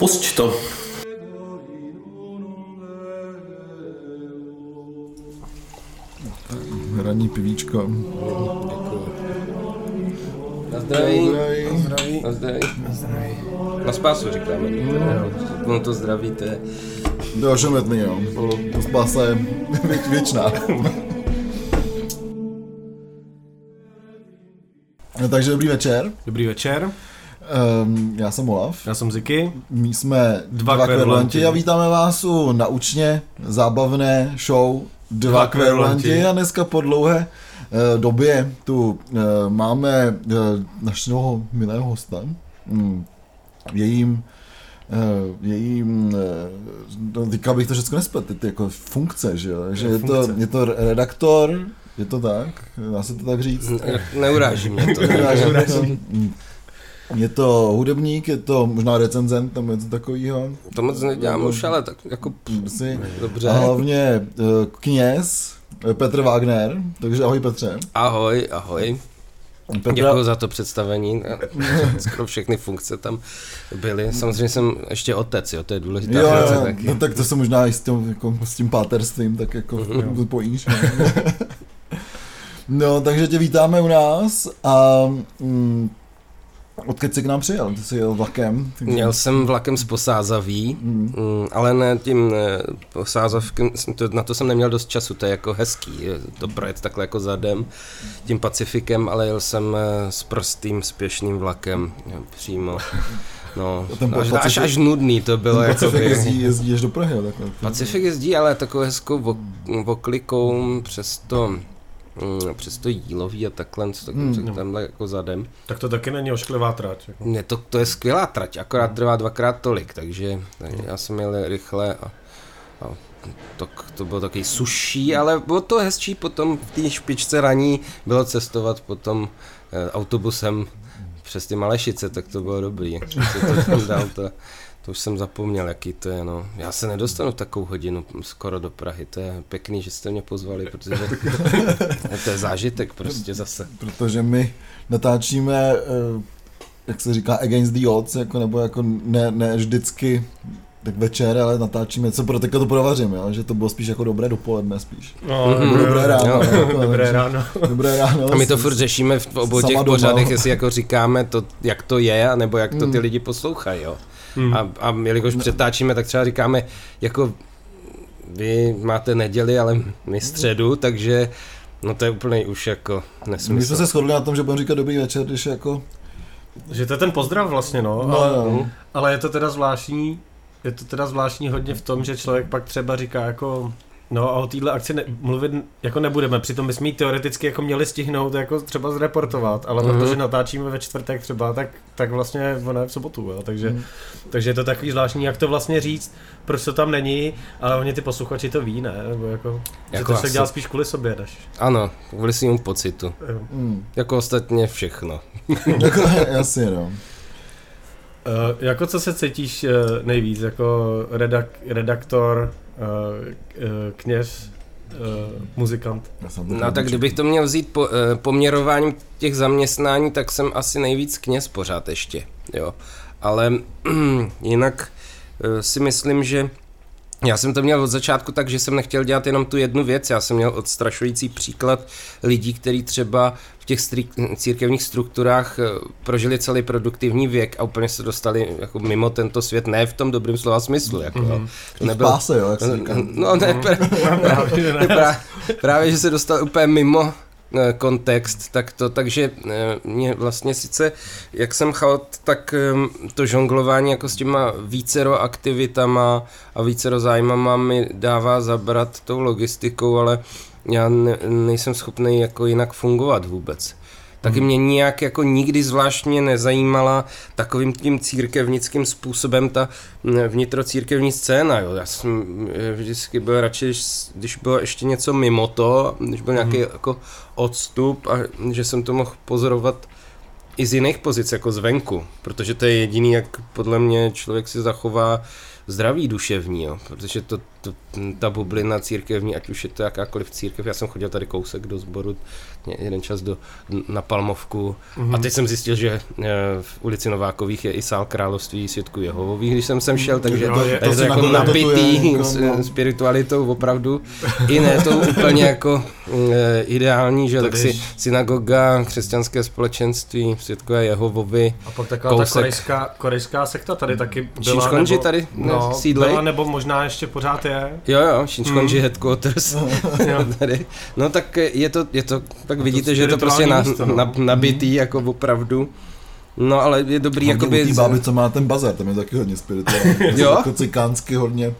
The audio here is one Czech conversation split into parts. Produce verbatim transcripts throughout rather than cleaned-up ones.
Pusť to. Hraní pivíčko. Na zdraví. Na zdraví. Na zdraví. Na zdraví. Na spásu říkáme. No to zdraví, to je... Jo, šemetný, jo. To spása je věč, věčná. No, takže dobrý večer. Dobrý večer. Um, já jsem Olaf. Já jsem Ziky. My jsme Dva, dva kverulanti. kverulanti a vítáme vás u naučně zábavné show Dva, Dva kverulanti. kverulanti. A dneska po dlouhé uh, době tu uh, máme uh, našeho milého hosta. Mm. Jejím Uh, jejím, uh, teďka bych to všechno nesplet, ty jako funkce, že jo, že je to, je to redaktor, je to tak, dá se to tak říct? Ne, neuráží mě to. Neuráží. Je to hudebník, je to možná recenzent, tam něco takového. To moc nedělám už, ale tak jako Si. dobře. A hlavně uh, kněz Petr Wagner, takže ahoj Petře. Ahoj, ahoj. Petra... Děkuji za to představení. Skoro všechny funkce tam byly. Samozřejmě jsem ještě otec, jo, to je důležitá Jo, věc. jo, taky. no, tak to se možná i s tím, jako, s tím páterstvím tak jako mm-hmm. pojíš. No, takže tě vítáme u nás a mm, odkud jsi k nám přijel? Ty jsi jel vlakem? Takže... Měl jsem vlakem z Posázaví, Mm. mm, ale ne tím ne, Posázavkem, to, na to jsem neměl dost času, to je jako hezký, to projet takhle jako zadem tím Pacifikem, ale jel jsem s prostým spěšným vlakem přímo. No, až, Pacifik, až, až nudný to bylo. Jako Pacifik jezdí, jezdí až do Prahy. Takhle. Pacifik jezdí, ale takovou hezkou vok- voklikou přes to, mm, přes to Jílový a takhle, tak, Hmm. tamhle jako zadem. Tak to taky není ošklivá trať. Jako. Ne, to, to je skvělá trať, akorát trvá dvakrát tolik, takže, takže já jsem jel rychle a, a to, to bylo takový suší, ale bylo to hezčí potom v té špičce raní, bylo cestovat potom e, autobusem přes ty Malešice, tak to bylo dobrý. Jsem si to tam dal, to, to už jsem zapomněl, jaký to je, no. Já se nedostanu v takovou hodinu skoro do Prahy, to je pěkný, že jste mě pozvali, protože to je zážitek prostě zase. Protože my natáčíme, jak se říká, against the odds, jako, nebo jako ne, ne vždycky tak večer, ale natáčíme, co pro teďka to provařím, jo? Že to bylo spíš jako dobré dopoledne spíš. No, Mhm. Dobré ráno. Jo. Jako, Dobré takže- ráno. Dobré ráno. A my to furt řešíme v obou těch Sama pořadech, doma. jestli jako říkáme to, jak to je, nebo jak to ty Hmm. lidi poslouchají, jo. Hmm. A, a jelikož přetáčíme, tak třeba říkáme, jako vy máte neděli, ale my středu, takže no to je úplně už jako My nesmysl. jsme se shodli na tom, že budeme říkat dobrý večer, když jako... Že to je ten pozdrav vlastně, no, No, ale, no. ale je to teda zvláštní, je to teda zvláštní hodně v tom, že člověk pak třeba říká jako, no a o téhle akci ne, mluvit jako nebudeme, přitom my jsme ji teoreticky jako měli stihnout jako třeba zreportovat, ale Mhm. protože natáčíme ve čtvrtek třeba, tak, tak vlastně ono je v sobotu, jo, takže, Mhm. takže je to takový zvláštní, jak to vlastně říct, proč to tam není, ale oni ty posluchači to ví, ne, nebo jako, že Jako to se asi. dělá spíš kvůli sobě, než, Ano, kvůli svýmu pocitu. jo. Mm. Jako ostatně všechno. Jako, jasně, no. Uh, jako co se cítíš uh, nejvíc, jako redak, redaktor, uh, uh, kněz, uh, muzikant? Já jsem to No tak kdybych to měl vzít po, eh, poměrováním těch zaměstnání, tak jsem asi nejvíc kněz pořád ještě, jo. Ale jinak eh, si myslím, že já jsem to měl od začátku tak, že jsem nechtěl dělat jenom tu jednu věc, já jsem měl odstrašující příklad lidí, kteří třeba v těch strik- církevních strukturách eh, prožili celý produktivní věk a úplně se dostali jako mimo tento svět, ne v tom dobrém slova smyslu, jako, Mhm. to nebylo, Páse, jo, jak se říká. no ne, pra, Právě, že ne. právě, právě, že se dostal úplně mimo eh, kontext, tak to, takže eh, mě vlastně sice, jak jsem chaot, tak eh, to žonglování jako s těma vícero aktivitama a vícero zájmama mi dává zabrat tou logistikou, ale já ne, nejsem schopný jako jinak fungovat vůbec. Taky mě nijak jako nikdy zvláštně nezajímala takovým tím církevnickým způsobem ta vnitrocírkevní scéna. Jo. Já jsem vždycky byl radši, když bylo ještě něco mimo to, když byl nějaký mm. jako odstup a že jsem to mohl pozorovat i z jiných pozic, jako zvenku, protože to je jediný, jak podle mě člověk si zachová zdraví duševní, jo, protože to, to, ta bublina církevní, ať už je to jakákoliv církev, já jsem chodil tady kousek do sboru, jeden čas do, na Palmovku mm-hmm. a teď jsem zjistil, že v ulici Novákových je i sál Království svědků Jehovových, když jsem sem šel, takže no, je, to, to je jako napitý jako, no. spiritualitou opravdu, i ne to úplně jako e, ideální, že tak si synagoga, křesťanské společenství, svědkové Jehovovi. A pak taková kousek. Ta korejská, korejská sekta tady taky byla, Shincheonji nebo, tady no, sídlej. Byla, nebo možná ještě pořád je. Jo, jo, Shincheonji mm. headquarters. tady. No tak je to, je to tak no vidíte, to že je to prostě na, místo, no. na, nabitý mm. jako opravdu. No ale je dobrý hodně jakoby... Hodně báby, co má ten bazar, tam je taky hodně spirituální. Jo? Jako cikánsky hodně.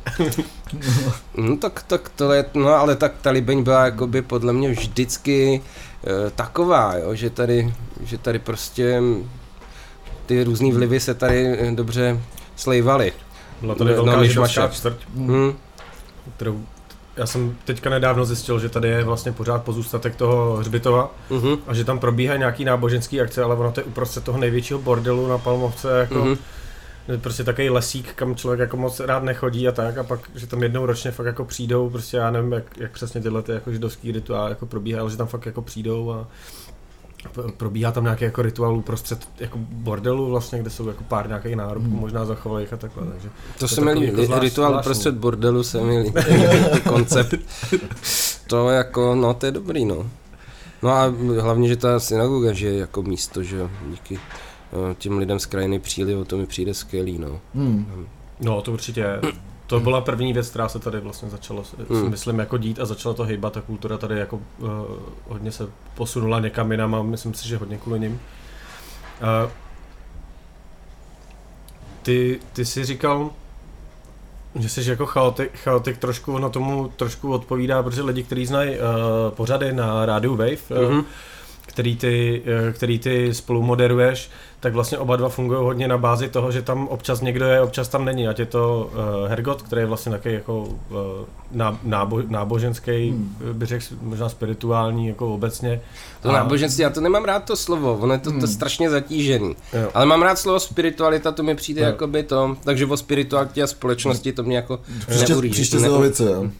no tak, tak to je, no ale tak ta Líbeň byla jakoby podle mě vždycky e, taková, jo, že tady, že tady prostě ty různý vlivy se tady dobře slejvaly. Byla tady velká no, židovská čtvrť, hmm. kterou já jsem teďka nedávno zjistil, že tady je vlastně pořád pozůstatek toho hřbitova uh-huh. a že tam probíhají nějaký náboženský akce, ale ono to je uprostřed toho největšího bordelu na Palmovce, jako uh-huh. prostě takový lesík, kam člověk jako moc rád nechodí a tak, a pak, že tam jednou ročně fakt jako přijdou, prostě já nevím, jak, jak přesně tyhle ty jako židovský rituály jako probíhají, ale že tam fakt jako přijdou a probíhá tam nějaký jako rituál uprostřed jako bordelu vlastně, kde jsou jako pár nějakých nárobků, hmm. možná zachovalých a takhle, takže... To, to se mi líbí, jako rituál uprostřed bordelu se mi líbí, koncept. To jako, no to je dobrý, no. No a hlavně, že ta synagoga, že je jako místo, že díky těm lidem z krajiny přílivu, to mi přijde skvělý, no. Hmm. No to určitě je. To byla první věc, která se tady vlastně začala, hmm. myslím, jako dít a začala to hejbat, ta kultura tady jako uh, hodně se posunula někam jinam a myslím si, že hodně kvůli nim. Uh, ty, ty jsi říkal, že jsi jako chaotik, chaotik trošku, na tomu trošku odpovídá, protože lidi, kteří znají uh, pořady na rádiu Wave, mm-hmm. uh, který ty, který ty spolu moderuješ, tak vlastně oba dva fungují hodně na bázi toho, že tam občas někdo je, občas tam není. Ať je to uh, Hergot, který je vlastně taky jako uh, nábo, náboženský, hmm. bych řekl, možná spirituální, jako obecně. To a... náboženství, já to nemám rád to slovo, ono je to, hmm. to strašně zatížený. Jo. Ale mám rád slovo spiritualita, to mi přijde jo. jakoby to, takže o spiritualitě a společnosti to mě jako neuríží. Příště se to věci, jo.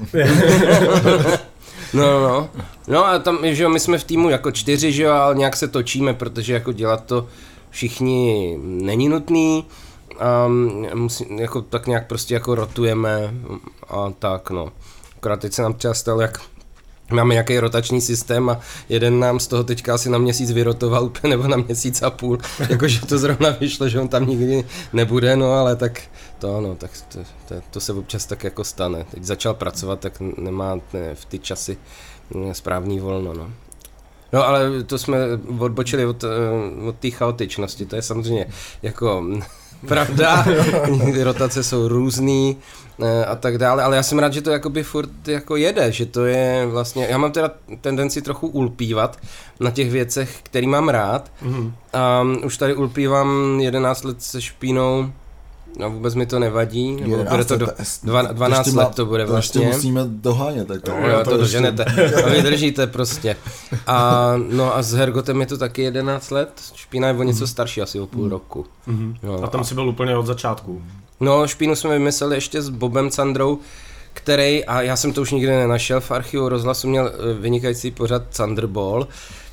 No, no, no a tam, že jo, my jsme v týmu jako čtyři, že jo, ale nějak se točíme, protože jako dělat to všichni není nutný, a musí, jako tak nějak prostě jako rotujeme a tak, no. Akorát teď se nám třeba stalo, jak máme nějaký rotační systém a jeden nám z toho teďka asi na měsíc vyrotoval úplně, nebo na měsíc a půl, jakože to zrovna vyšlo, že on tam nikdy nebude, no ale tak to, no, tak to, to, to se občas tak jako stane. Teď začal pracovat, tak nemá ne, v ty časy správný volno, no. No ale to jsme odbočili od, od té chaotičnosti, to je samozřejmě jako pravda, rotace jsou různý a tak dále, ale já jsem rád, že to jakoby furt jako jede, že to je vlastně, já mám teda tendenci trochu ulpívat na těch věcech, který mám rád mm. a už tady ulpívám jedenáct let se Špínou. No vůbec mi to nevadí, nebo bude to do dva, dvanáct let to bude vlastně. To ještě musíme dohánět. Tak to, no, jo, to, to doženete a vydržíte prostě. A, no a s Hergotem je to taky jedenáct let, Špína je o něco starší, asi o půl roku. Mm-hmm. No, a tam si byl úplně od začátku. No Špínu jsme vymysleli ještě s Bobem Candrou, který, a já jsem to už nikdy nenašel, v archivu Rozhlasu měl vynikající pořad Thunderball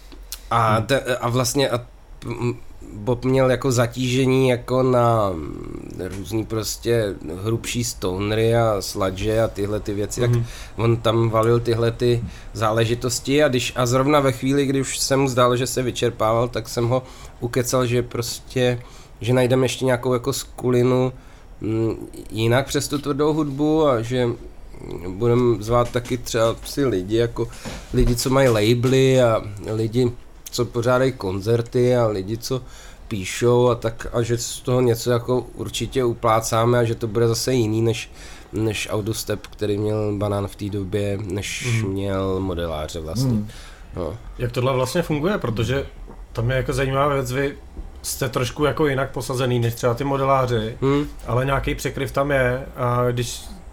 a, te, a vlastně a, Bob měl jako zatížení jako na různý prostě hrubší stonery a sludge a tyhle ty věci, mm-hmm. tak on tam valil tyhle ty záležitosti a když a zrovna ve chvíli, kdy už se mu zdálo, že se vyčerpával, tak jsem ho ukecal, že prostě, že najdeme ještě nějakou jako skulinu m, jinak přes tu tvrdou hudbu a že budeme zvát taky třeba si lidi, jako lidi, co mají labely a lidi, co pořádají koncerty a lidi, co píšou a tak a že z toho něco jako určitě uplácáme a že to bude zase jiný než, než Audostep, který měl Banán v té době, než mm. měl modeláře vlastně. Mm. No. Jak tohle vlastně funguje, protože tam je jako zajímavá věc, vy jste trošku jako jinak posazený než třeba ty modeláři, mm. ale nějaký překryv tam je a když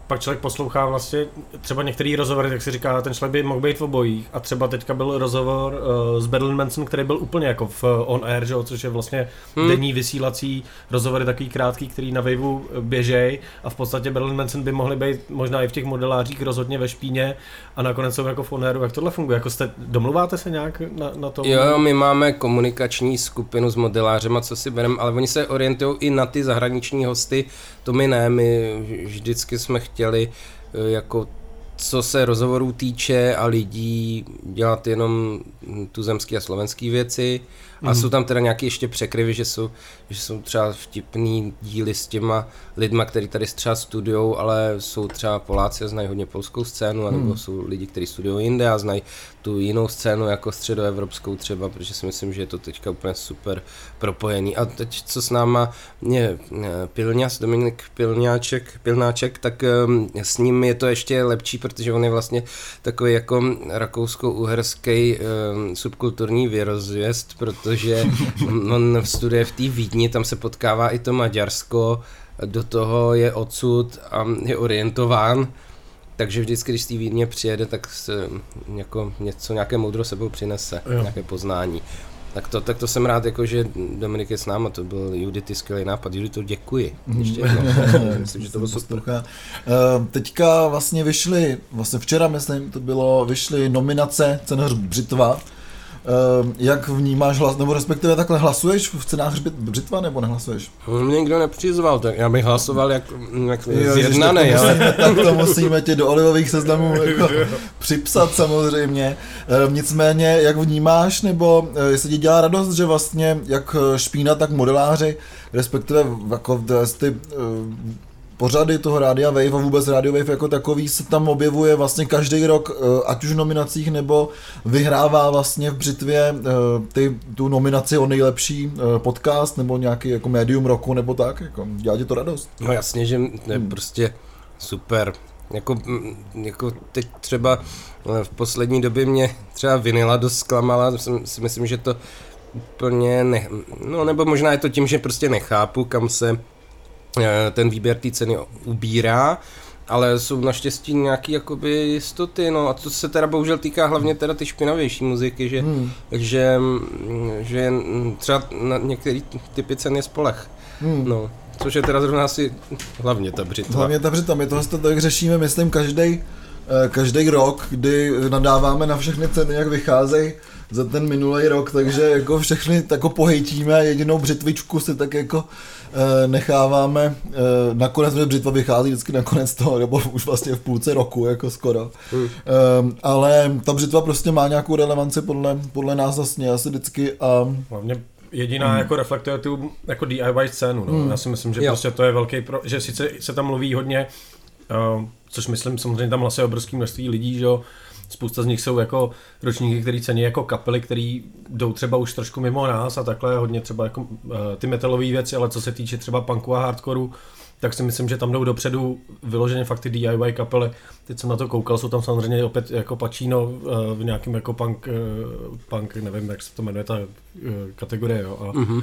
pak člověk poslouchá vlastně třeba některý rozhovory, jak si říká, ten člověk by mohl být v obojích a třeba teďka byl rozhovor uh, s Marilyn Manson, který byl úplně jako v on air, že, což je vlastně hmm. denní vysílací rozhovory takový krátký, který na Waveu běžej a v podstatě Marilyn Manson by mohli být možná i v těch modelářích rozhodně ve špíně a nakonec jsou jako v on airu. Jak tohle funguje? Jako jste, domluváte se nějak na, na tom? Jo, my máme komunikační skupinu s modelářema, co si bereme, ale oni se orientují i na ty zahraniční hosty, to my ne, my vždycky jsme chtěli jako co se rozhovorů týče a lidí dělat jenom tuzemský a slovenský věci a mm. jsou tam teda nějaké ještě překryvy, že jsou, že jsou třeba vtipný díly s těma lidma, kteří tady třeba studujou, ale jsou třeba Poláci a znají hodně polskou scénu, anebo mm. jsou lidi, kteří studují jinde a znají tu jinou scénu jako středoevropskou třeba, protože si myslím, že je to teďka úplně super propojení. A teď co s náma je Pilňas, Dominik Pilňáček, Pilnáček, tak um, s ním je to ještě lepší, protože on je vlastně takový jako rakousko-uherský um, subkulturní věrozvěst, protože on studuje v té Vídni, tam se potkává i to Maďarsko, do toho je odsud a je orientován, takže vždycky, když z té Vídně přijede, tak se jako něco, nějaké moudro sebou přinese, jo. nějaké poznání. Tak to, tak to jsem rád, jako, že Dominik je s náma, to byl Judity skvělý nápad. Judito, děkuji. Ještě jednou. Myslím, že to bylo super. Uh, teďka vlastně vyšly, vlastně včera myslím, to bylo, vyšly nominace Cena Břitva. Uh, jak vnímáš hlas, nebo respektive takhle hlasuješ v cenách Břitva, nebo nehlasuješ? Mě nikdo nepřizval, tak já bych hlasoval jak, jak zjednaný, ale... Tak to musíme tě do olivových seznamů jako připsat samozřejmě. Uh, nicméně, jak vnímáš, nebo uh, jestli ti dělá radost, že vlastně jak Špína, tak modeláři, respektive jako ty... Uh, pořady toho Rádia Wave a vůbec Radio Wave jako takový se tam objevuje vlastně každý rok, ať už v nominacích, nebo vyhrává vlastně v Břitvě ty, tu nominaci o nejlepší podcast, nebo nějaký jako médium roku, nebo tak, jako dělá ti to radost? No jasně, že je prostě super. Jako, jako teď třeba v poslední době mě třeba Vinyla dost zklamala, si myslím, že to úplně ne, no nebo možná je to tím, že prostě nechápu, kam se ten výběr té ceny ubírá, ale jsou naštěstí nějaký jakoby jistoty, no a to se teda bohužel týká hlavně teda ty špinavější muziky, že, hmm. že, že třeba na některé typy cen je spoleh, hmm. no, což je teda zrovna asi hlavně ta Břitva. Hlavně ta Břitva, my tohle tak řešíme, myslím, každý každý rok, kdy nadáváme na všechny ceny, jak vycházejí za ten minulý rok, takže jako všechny tako pohejtíme, jedinou břitvičku si tak jako e, necháváme, e, nakonec Břitva vychází vždycky nakonec toho, nebo už vlastně v půlce roku, jako skoro. Hmm. E, ale ta Břitva prostě má nějakou relevanci podle, podle nás vlastně asi vždycky a... Hlavně jediná hmm. jako reflektuje tu jako D I Y scénu, no. Hmm. Já si myslím, že jo. prostě to je velký, pro, že sice se tam mluví hodně, uh, což myslím, samozřejmě tam hlasuje obrovské množství lidí, že jo, spousta z nich jsou jako ročníky, který cení jako kapely, který jdou třeba už trošku mimo nás a takhle hodně třeba jako uh, ty metalové věci, ale co se týče třeba punku a hardcoreu, tak si myslím, že tam jdou dopředu vyloženě fakt ty D I Y kapely. Teď jsem na to koukal, jsou tam samozřejmě opět jako Pacino uh, v nějakém jako punk, uh, punk, nevím, jak se to jmenuje ta uh, kategorie, jo. A, mm-hmm.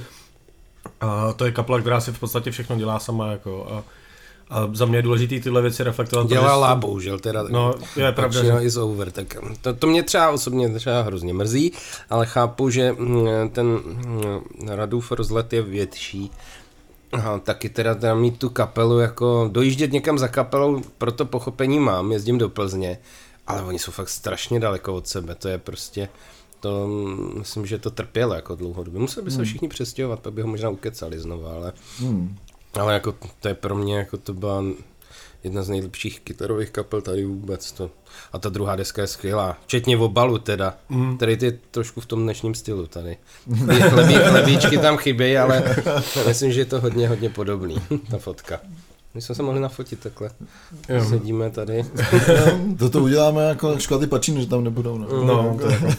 a to je kapela, která si v podstatě všechno dělá sama, jako a A za mě je důležitý tyhle věci reflektovat. Dělá bohužel, teda. No, je pravda, že... is over, tak to, to mě třeba osobně třeba hrozně mrzí, ale chápu, že ten Radův rozlet je větší. Aha, taky teda, teda mít tu kapelu, jako dojíždět někam za kapelou, proto pochopení mám, jezdím do Plzně, ale oni jsou fakt strašně daleko od sebe, to je prostě, to myslím, že to trpělo jako dlouhodobě. Museli by se hmm. všichni přestěhovat, pak by ho možná ukecali znova, ale... Hmm. Ale jako to je pro mě, jako to byla jedna z nejlepších kytarových kapel tady vůbec to. A ta druhá deska je skvělá, včetně obalu teda, mm. který je trošku v tom dnešním stylu tady. Chlebí, chlebíčky tam chybějí, ale myslím, že je to hodně, hodně podobný, ta fotka. My jsme se mohli nafotit takhle, jo. Sedíme tady. No, to uděláme jako škoda ty Pacino, že tam nebudou. No, no,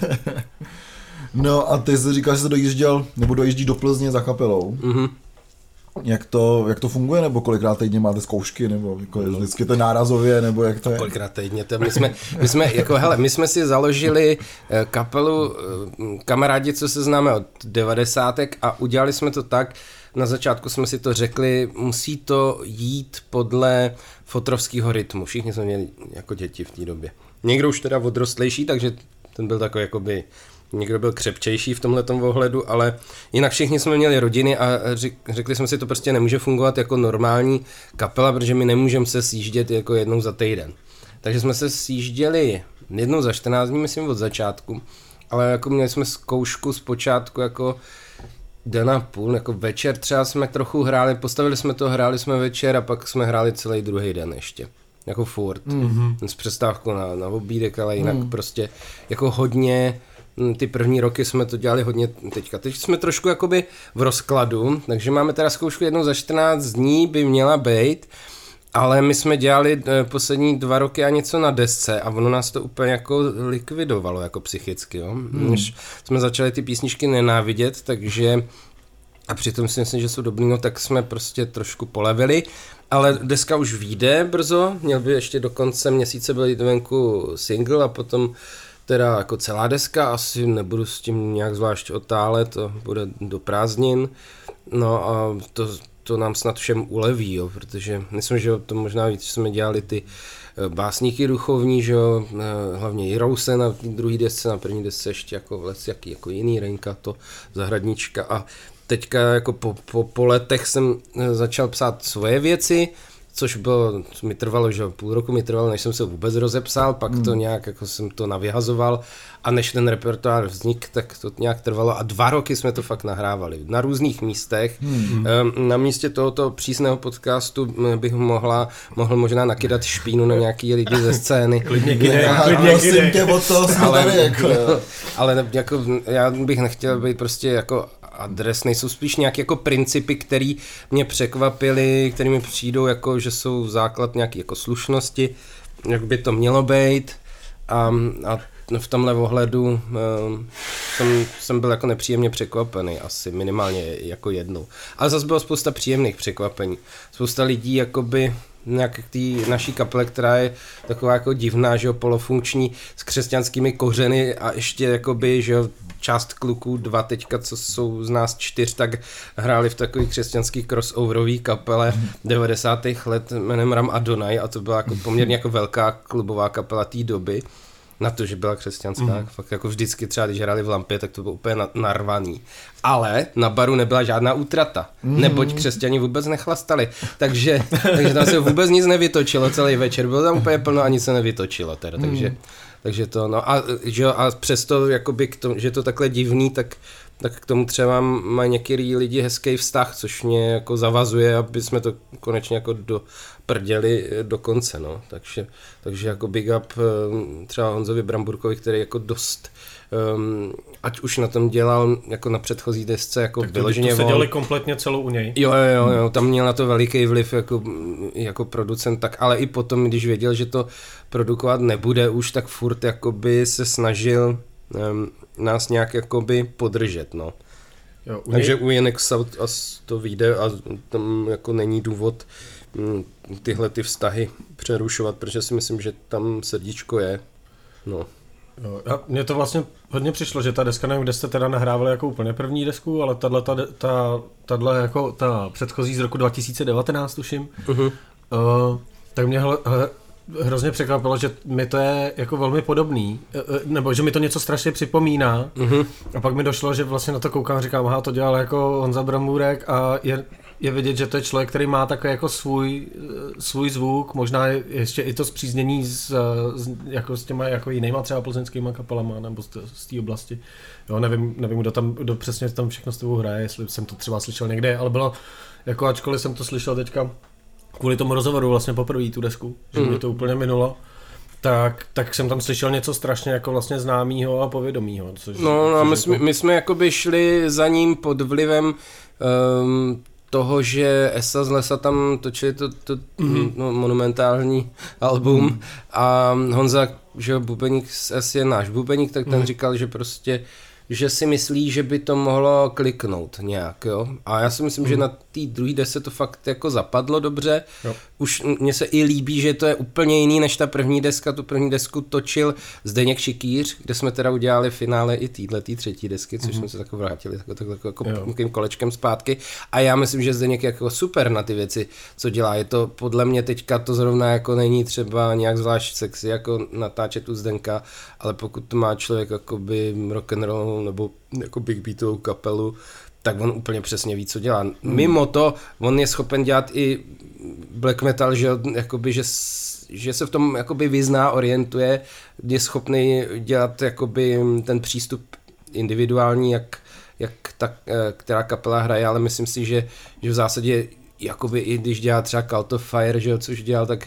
no a ty jsi říkal, že jsi dojížděl, nebo dojíždí do Plzně za kapelou. Mm-hmm. Jak to, jak to funguje, nebo kolikrát týdně máte zkoušky, nebo jako je vždycky to nárazově, nebo jak to je? Kolikrát týdně, to my jsme, my jsme, jako hele, my jsme si založili kapelu kamarádi, co se známe od devadesátek a udělali jsme to tak, na začátku jsme si to řekli, musí to jít podle fotrovského rytmu. Všichni jsme měli jako děti v té době. Někdo už teda odrostlejší, takže ten byl takový jakoby, někdo byl křepčejší v tomhletom ohledu, ale jinak všichni jsme měli rodiny a řekli jsme si, to prostě nemůže fungovat jako normální kapela, protože my nemůžeme se sjíždět jako jednou za týden. Takže jsme se sjížděli jednou za čtrnáct dní, myslím od začátku, ale jako měli jsme zkoušku zpočátku jako den a půl, jako večer třeba jsme trochu hráli, postavili jsme to, hráli jsme večer a pak jsme hráli celý druhý den ještě. Jako furt. Mm-hmm. S přestávkou na, na obídek, ale jinak mm. prostě jako hodně, ty první roky jsme to dělali hodně teďka. Teď jsme trošku jakoby v rozkladu, takže máme teda zkoušku jednou za čtrnáct dní by měla být, ale my jsme dělali poslední dva roky a něco na desce a ono nás to úplně jako likvidovalo jako psychicky, jo. Mm. Když jsme začali ty písničky nenávidět, takže a přitom si myslím, že jsou dobrý, no tak jsme prostě trošku polevili, ale deska už vyjde brzo, měl by ještě do konce měsíce byl venku single a potom teda jako celá deska, asi nebudu s tím nějak zvlášť otálet, to bude do prázdnin, no a to, to nám snad všem uleví, jo, protože myslím, že to možná víc, že jsme dělali ty básníky duchovní, že jo, hlavně Jirouse na druhý desce, na první desce ještě jako les, jaký jako jiný, Renka to, Zahradnička a teďka jako po, po, po letech jsem začal psát svoje věci, což bylo, mi trvalo, že půl roku mi trvalo, než jsem se vůbec rozepsal, pak to nějak jako jsem to navyhazoval a než ten repertoár vznik, tak to nějak trvalo a dva roky jsme to fakt nahrávali na různých místech. Hmm. Na místě tohoto přísného podcastu bych mohla, mohl možná nakydat špínu na nějaký lidi ze scény. Klidně kdy, prosím tě, od toho jsme ale, tady jako. Ale jako, já bych nechtěl být prostě jako adresný, jsou spíš nějaké jako principy, které mě překvapily, které mi přijdou jako, že jsou základ nějaké jako slušnosti, jak by to mělo být a, a v tomhle ohledu um, jsem, jsem byl jako nepříjemně překvapený, asi minimálně jako jednou. Ale zase bylo spousta příjemných překvapení. Spousta lidí jakoby nějak k té naší kapele, která je taková jako divná, že jo, polofunkční, s křesťanskými kořeny a ještě jakoby, že jo, část kluků, dva teďka, co jsou z nás čtyř, tak hráli v takový křesťanský crossoverový kapele devadesátých let jménem Ram Adonai a to byla jako poměrně jako velká klubová kapela té doby. Na to, že byla křesťanská, mm. fakt jako vždycky třeba, když hráli v Lampě, tak to bylo úplně na, narvaný. Ale na baru nebyla žádná útrata, mm. neboť křesťani vůbec nechlastali, takže, takže tam se vůbec nic nevytočilo celý večer, bylo tam úplně plno a nic se nevytočilo teda, mm. takže, takže to, no a, že, a přesto, jakoby k tomu, že je to takhle divný, tak tak k tomu třeba mají některý lidi hezký vztah, což mě jako zavazuje, aby jsme to konečně jako doprděli do konce, no. Takže, takže jako big up třeba Honzovi Bramburkovi, který jako dost, um, ať už na tom dělal jako na předchozí desce, jako tak to, vyloženě to seděli kompletně celou u něj. Jo, jo, jo, tam měl na to veliký vliv jako, jako producent, tak ale i potom, když věděl, že to produkovat nebude už, tak furt jakoby se snažil um, nás nějak jakoby podržet, no. Jo, u Takže u Jinek South to vyjde a tam jako není důvod m, tyhle ty vztahy přerušovat, protože si myslím, že tam srdíčko je, no. Jo, a mně to vlastně hodně přišlo, že ta deska, nevím, kde jste teda nahrávali jako úplně první desku, ale tahle, ta, ta, tahle jako ta předchozí z roku dva tisíce devatenáct, tuším, uh-huh. uh, tak mě hle, hle, hrozně překvapilo, že mi to je jako velmi podobný, nebo že mi to něco strašně připomíná. Mm-hmm. A pak mi došlo, že vlastně na to koukám a říkám, aha, to dělal jako Honza Bramburek a je, je vidět, že to je člověk, který má takový jako svůj, svůj zvuk, možná ještě i to zpříznění s, s, jako s těma jako jinýma třeba plzeňskýma kapelama nebo z té oblasti. Jo, nevím, nevím, kdo tam, kdo přesně tam všechno s tebou hraje, jestli jsem to třeba slyšel někde, ale bylo, jako ačkoliv jsem to slyšel teďka kvůli tomu rozhovoru vlastně poprvé tu desku, že mm. mě to úplně minulo, tak, tak jsem tam slyšel něco strašně jako vlastně známýho a povědomýho. Což, no, no a my, jako... jsme, my jsme jakoby šli za ním pod vlivem um, toho, že Esa z Lesa tam točili to, to mm. no, monumentální album mm. a Honza, že bubeník z S je náš bubeník, tak ten mm. říkal, že prostě že si myslí, že by to mohlo kliknout nějak, jo. A já si myslím, mm. že na té druhé desce to fakt jako zapadlo dobře. Jo. Už mně se i líbí, že to je úplně jiný než ta první deska. Tu první desku točil Zdeněk Šikýř, kde jsme teda udělali finále i téhletý třetí desky, což mm. jsme se tak vrátili tak, tak, tak, jako takovým kolečkem zpátky. A já myslím, že Zdeněk je jako super na ty věci, co dělá. Je to podle mě teďka to zrovna jako není třeba nějak zvlášť sexy jako natáčet u Zdenka, ale pokud to má člověk jakoby rock'n'roll nebo jako big beatovou kapelu, tak on úplně přesně ví, co dělá. Hmm. Mimo to, on je schopen dělat i black metal, že, jakoby, že, že se v tom jakoby vyzná, orientuje, je schopný dělat jakoby ten přístup individuální, jak, jak ta, která kapela hraje, ale myslím si, že, že v zásadě jakoby i když dělá třeba Cult of Fire, že, což dělal, tak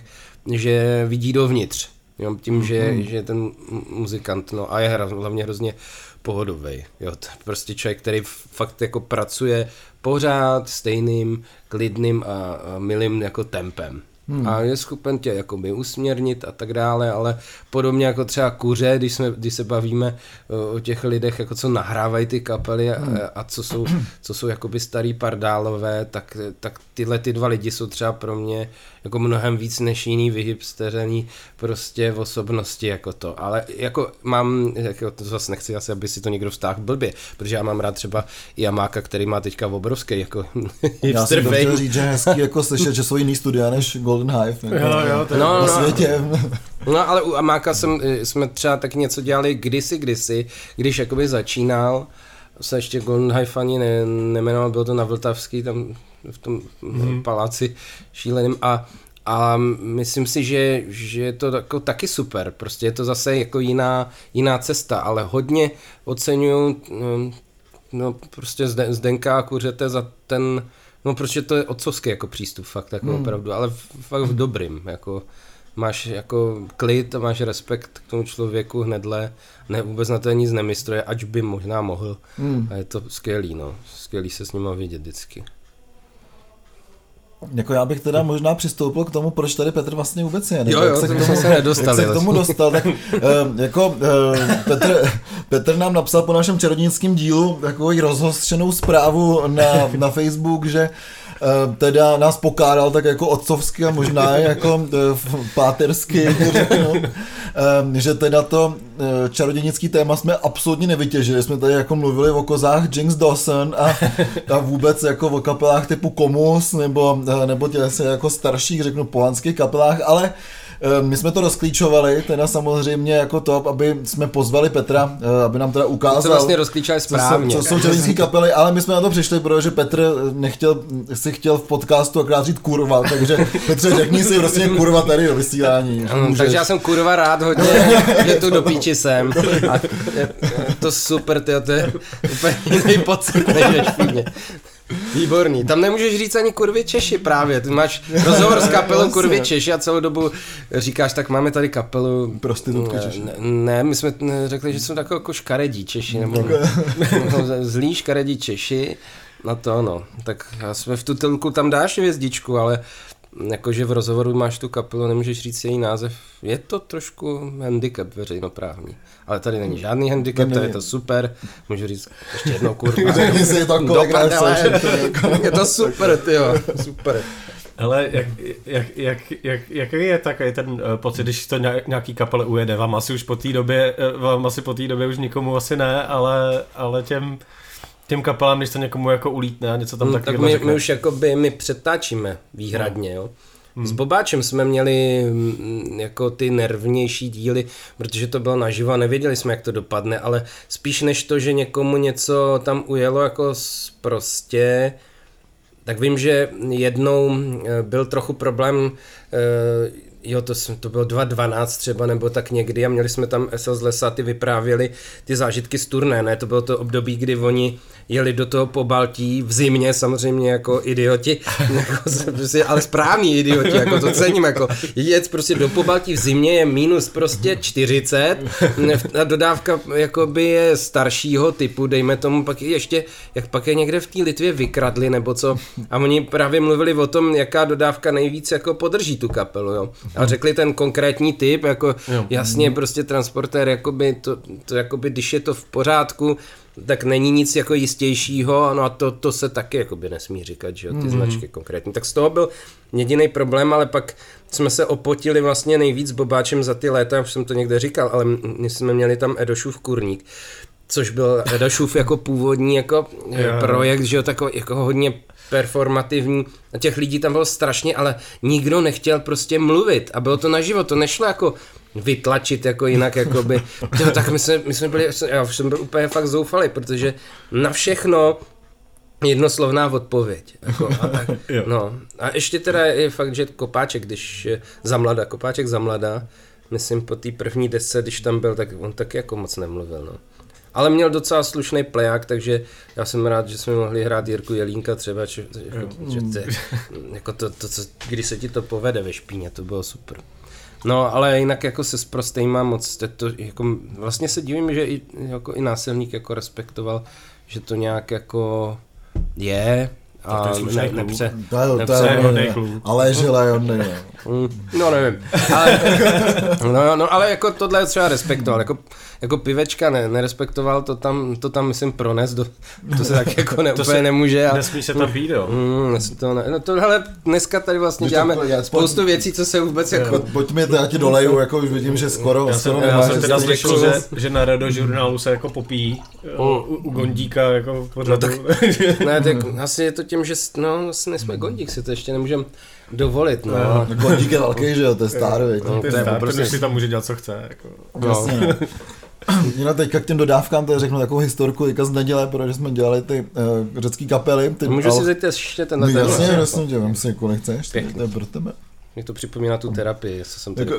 že vidí dovnitř. Jo, tím, že, mm. že je ten muzikant, no a je hra, hlavně hrozně pohodovej. Jo, prostě člověk, který fakt jako pracuje pořád stejným, klidným a, a milým jako tempem. Hmm. A je schopen tě jakoby usměrnit a tak dále, ale podobně jako třeba Kuře, když, jsme, když se bavíme o, o těch lidech, jako co nahrávají ty kapely a, hmm. a co jsou, co jsou jakoby starý pardálové, tak, tak tyhle ty dva lidi jsou třeba pro mě jako mnohem víc než jiný vyhipsteřený prostě v osobnosti jako to, ale jako mám, jako to zase nechci asi, aby si to někdo vztáhl blbě, protože já mám rád třeba Jamáka, který má teďka obrovský jako já jsem to chtěl říct, že hezký jako slyšet, že jsou jiný studia než Golden Hive jako jo, jo, no, na no, světě. No ale u Amáka jsem, jsme třeba tak něco dělali kdysi, kdysi, když jakoby začínal, se ještě Golden Hive ani ne, nemenoval, bylo to na Vltavský, tam v tom mm-hmm. paláci šíleným a, a myslím si, že, že je to jako taky super, prostě je to zase jako jiná, jiná cesta, ale hodně oceňuju no, no prostě Zdenka a Kuřete za ten, no protože to je otcovský jako přístup fakt jako mm. opravdu, ale fakt v dobrým, jako máš jako klid a máš respekt k tomu člověku hnedle, ne, vůbec na to nic nemistruje, ač by možná mohl mm. a je to skvělý, no, skvělý se s ním vidět vždycky. Jako já bych teda možná přistoupil k tomu, proč tady Petr vlastně vůbec je. Jo, jo, se to k tomu, se nedostali. Jak se k tomu dostal, tak uh, jako uh, Petr, Petr nám napsal po našem čarodějnickém dílu takovou rozhostřenou zprávu na, na Facebook, že uh, teda nás pokádal tak jako otcovsky a možná jako uh, pátersky, řeknu, uh, že teda to uh, čarodějnický téma jsme absolutně nevytěžili. Jsme tady jako mluvili o kozách Jinx Dawson a, a vůbec jako o kapelách typu Komus nebo nebo tě se jako starších, řeknu, pohanských kapelách, ale my jsme to rozklíčovali, teda samozřejmě jako to, aby jsme pozvali Petra, aby nám teda ukázal, to vlastně rozklíčovali správně. Co, co jsou čarodějnické kapely, ale my jsme na to přišli, protože Petr nechtěl, si chtěl v podcastu akorát říct kurva, takže Petře, řekni si prostě kurva tady do vysílání. Mm, takže já jsem kurva rád hodně, že tu do píči jsem. A je to super, tyjo, to je úplně jiný pocit, než ve Špíně. Výborný. Tam nemůžeš říct ani kurvy Češi právě. Ty máš rozhovor s kapelou kurvy Češi a celou dobu říkáš, tak máme tady kapelu prostitutky Češi. Ne, ne, my jsme řekli, že jsou takové jako škaredí Češi, nebo, nebo zlí škaredí Češi. No to no. Tak jsme v tu telku tam dáš hvězdičku, ale jakože v rozhovoru máš tu kapelu, nemůžeš říct její název. Je to trošku handicap veřejnoprávní. Ale tady není žádný handicap, to je to super. Můžu říct ještě jednou kurva. Řekni si to kolikrát je to super, tyjo. Super. Ale jak, jak, jak, jak, jaký je takový ten uh, pocit, když to nějaký kapele ujede? Vám asi už po té době, uh, vám asi po té době už nikomu asi ne, ale, ale těm těm kapelám, když to někomu jako ulítne a něco tam hmm, taky tak my, my už jakoby, my přetáčíme výhradně, jo. Hmm. S Bobáčem jsme měli jako ty nervnější díly, protože to bylo naživo a nevěděli jsme, jak to dopadne, ale spíš než to, že někomu něco tam ujelo jako prostě, tak vím, že jednou byl trochu problém, jo, to, to bylo dva dvanáct třeba, nebo tak někdy a měli jsme tam S L z lesa, ty vyprávěli ty zážitky z turné, ne, to bylo to období, kdy oni jeli do toho Pobaltí v zimě, samozřejmě jako idioti, ale správní idioti, jako to cením, jako jet prostě do Pobaltí v zimě je minus prostě čtyřicet a dodávka jakoby je staršího typu, dejme tomu, pak je ještě, jak pak je někde v té Litvě vykradli nebo co a oni právě mluvili o tom, jaká dodávka nejvíc jako podrží tu kapelu, jo. A řekli ten konkrétní typ, jako jo. Jasně prostě transportér, jakoby to, to jakoby, když je to v pořádku, tak není nic jako jistějšího, no a to, to se taky jakoby nesmí říkat, že jo, ty mm. značky konkrétní. Tak z toho byl jediný problém, ale pak jsme se opotili vlastně nejvíc s Bobáčem za ty léta, už jsem to někde říkal, ale my jsme měli tam Edošův kurník, což byl Edošův jako původní jako yeah. projekt, že jo, takový jako hodně performativní, a těch lidí tam bylo strašně, ale nikdo nechtěl prostě mluvit a bylo to naživo, to nešlo jako vytlačit jako jinak, jakoby, to, tak my jsme, my jsme byli, já už jsem byl úplně fakt zoufalý, protože na všechno jednoslovná odpověď. Jako, a, tak, no. A ještě teda je fakt, že Kopáček, když za mladá, Kopáček za mladá, myslím po té první desce, když tam byl, tak on taky jako moc nemluvil, no. Ale měl docela slušný pleják, takže já jsem rád, že jsme mohli hrát Jirku Jelínka třeba, že, že to, jako to, to, co, když se ti to povede ve Špíně, to bylo super. No, ale jinak jako se s prostejma moc, to, jako, vlastně se divím, že i, jako i násilník jako respektoval, že to nějak jako je, a ne, nepře, to je, nepře, to je, ne, ale žele on ne. No nevím, ale, no, no, ale jako tohle je třeba respektoval, jako, jako Pivečka ne, nerespektoval, to tam, to tam myslím prones, do, to se tak jako ne, úplně nemůže. A, nesmí se tam pít, jo. Mm, to ne, no to hele, dneska tady vlastně děláme to, spoustu pojď, věcí, co se vůbec jo. jako... Pojďme, já ti doleju, jako už vidím, že skoro, já skoro jsem, nemáš. Já jsem teda slyšel, že, že na Radožurnálu se jako popíjí mm. u, u Gondíka, jako no, tak, ne, tak asi je to tím, že no, asi nejsme Gondík, si to ještě nemůžeme dovolit, no. no Gondík je velký, že jo, to je star, no, no, to je star, protože si tam může dělat, co chce, jako. No. Jasně, no. Jinak teďka k těm dodávkám, to řeknu takovou historku teďka z neděle, protože jsme dělali ty uh, řecký kapely. Ty, můžu ale... si vzít ještě ten na no, jasně, jasně, dělám si, jako nechceš, to je pro tebe. Mě to připomíná tu terapii, jestli jsem tady jako...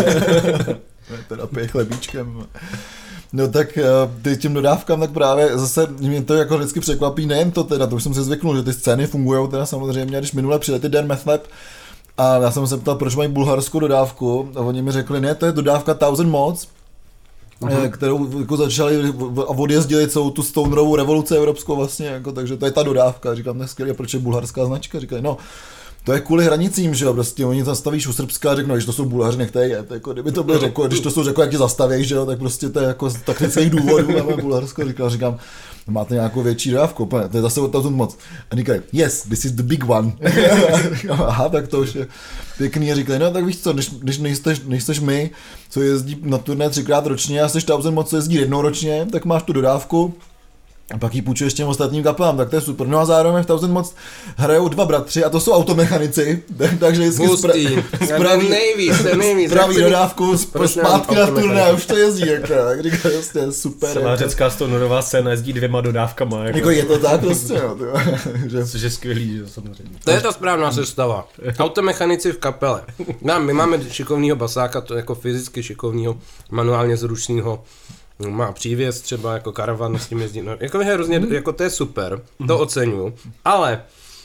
terapie chlebíčkem. No tak ty těm dodávkám, tak právě zase mě to jako vždycky překvapí, nejen to teda, to už jsem si zvyknul, že ty scény fungují teda samozřejmě, když minule přijeli Den Meth Lab, a já jsem se ptal, proč mají bulharskou dodávku, a oni mi řekli, ne, to je dodávka Thousand Mods, uh-huh. kterou jako začali a odjezdili celou tu stonerovou revoluci evropskou vlastně, jako, takže to je ta dodávka. Říkám, to je skvělé, proč je bulharská značka? Říkali, no, to je kvůli hranicím, že jo, prostě oni zastavíš u Srbska a řeknou, že to jsou Bulhaři, nech to je, to jako, kdyby to bylo řeklo, když to jsou řeklo, jak tě zastaví, že jo, tak prostě to je jako z taktických důvodů, máme Bulharsko, říkal, říkám, máte nějakou větší dodávku, to je zase o Thousand Mods. A říkají, yes, this is the big one. Říkám, aha, tak to už je pěkný. A říkají, no tak víš co, když, když nejsteš, nejsteš my, co jezdí na turné třikrát ročně, a jsi Thousand Mods, co jezdí jednou ročně, tak máš tu dodávku. A pak ji půjčuješ těm ostatním kapelám, tak to je super. No a zároveň v Thousand Mods hrajou dva bratři a to jsou automechanici, takže vždycky spra- spraví, nejvíc, nejvíc, spraví dodávku zpátky na turné a už to jezdí. Jak to, tak říká, prostě super. Celá řecká stonerová scéna jezdí dvěma dodávkama. Jako, jako je to tak prostě, jo. Což je skvělý, že samozřejmě. To je ta správná sestava. Automechanici v kapele. My máme šikovného basáka, to jako fyzicky šikovného, manuálně zručného. Má přívěs třeba jako karavan, s tím jezdí, no, jako je hrozně, jako to je super, to oceňuju, ale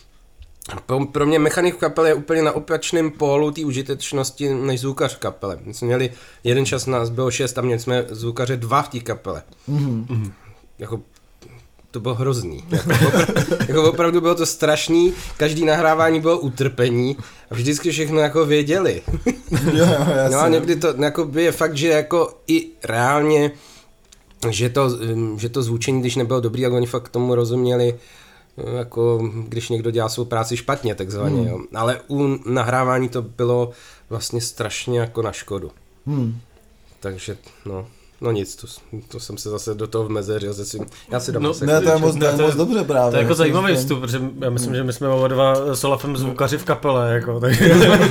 pro, pro mě mechanik v kapele je úplně na opačném pólu té užitečnosti než zvukař v kapele. My jsme měli, jeden čas nás bylo šest a měli jsme zvukaře dva v té kapele. Mm-hmm. Jako, to bylo hrozný. Jako, opra- jako opravdu bylo to strašný, každý nahrávání bylo utrpení a vždycky všechno jako věděli. Jo, no a někdy to jako je fakt, že jako i reálně že to, že to zvučení, když nebylo dobrý, tak oni fakt tomu rozuměli, jako když někdo dělá svou práci špatně, takzvaně, hmm. jo. Ale u nahrávání to bylo vlastně strašně jako na škodu. Hmm. Takže, no, no nic, to, to jsem se zase do toho vmezeřil, si, já si dám no, ne, to je moc, to je moc dobře právě. To je jako zajímavý vstup, protože já myslím, že my jsme oba dva Solafem zvukaři v kapele, jako, tak.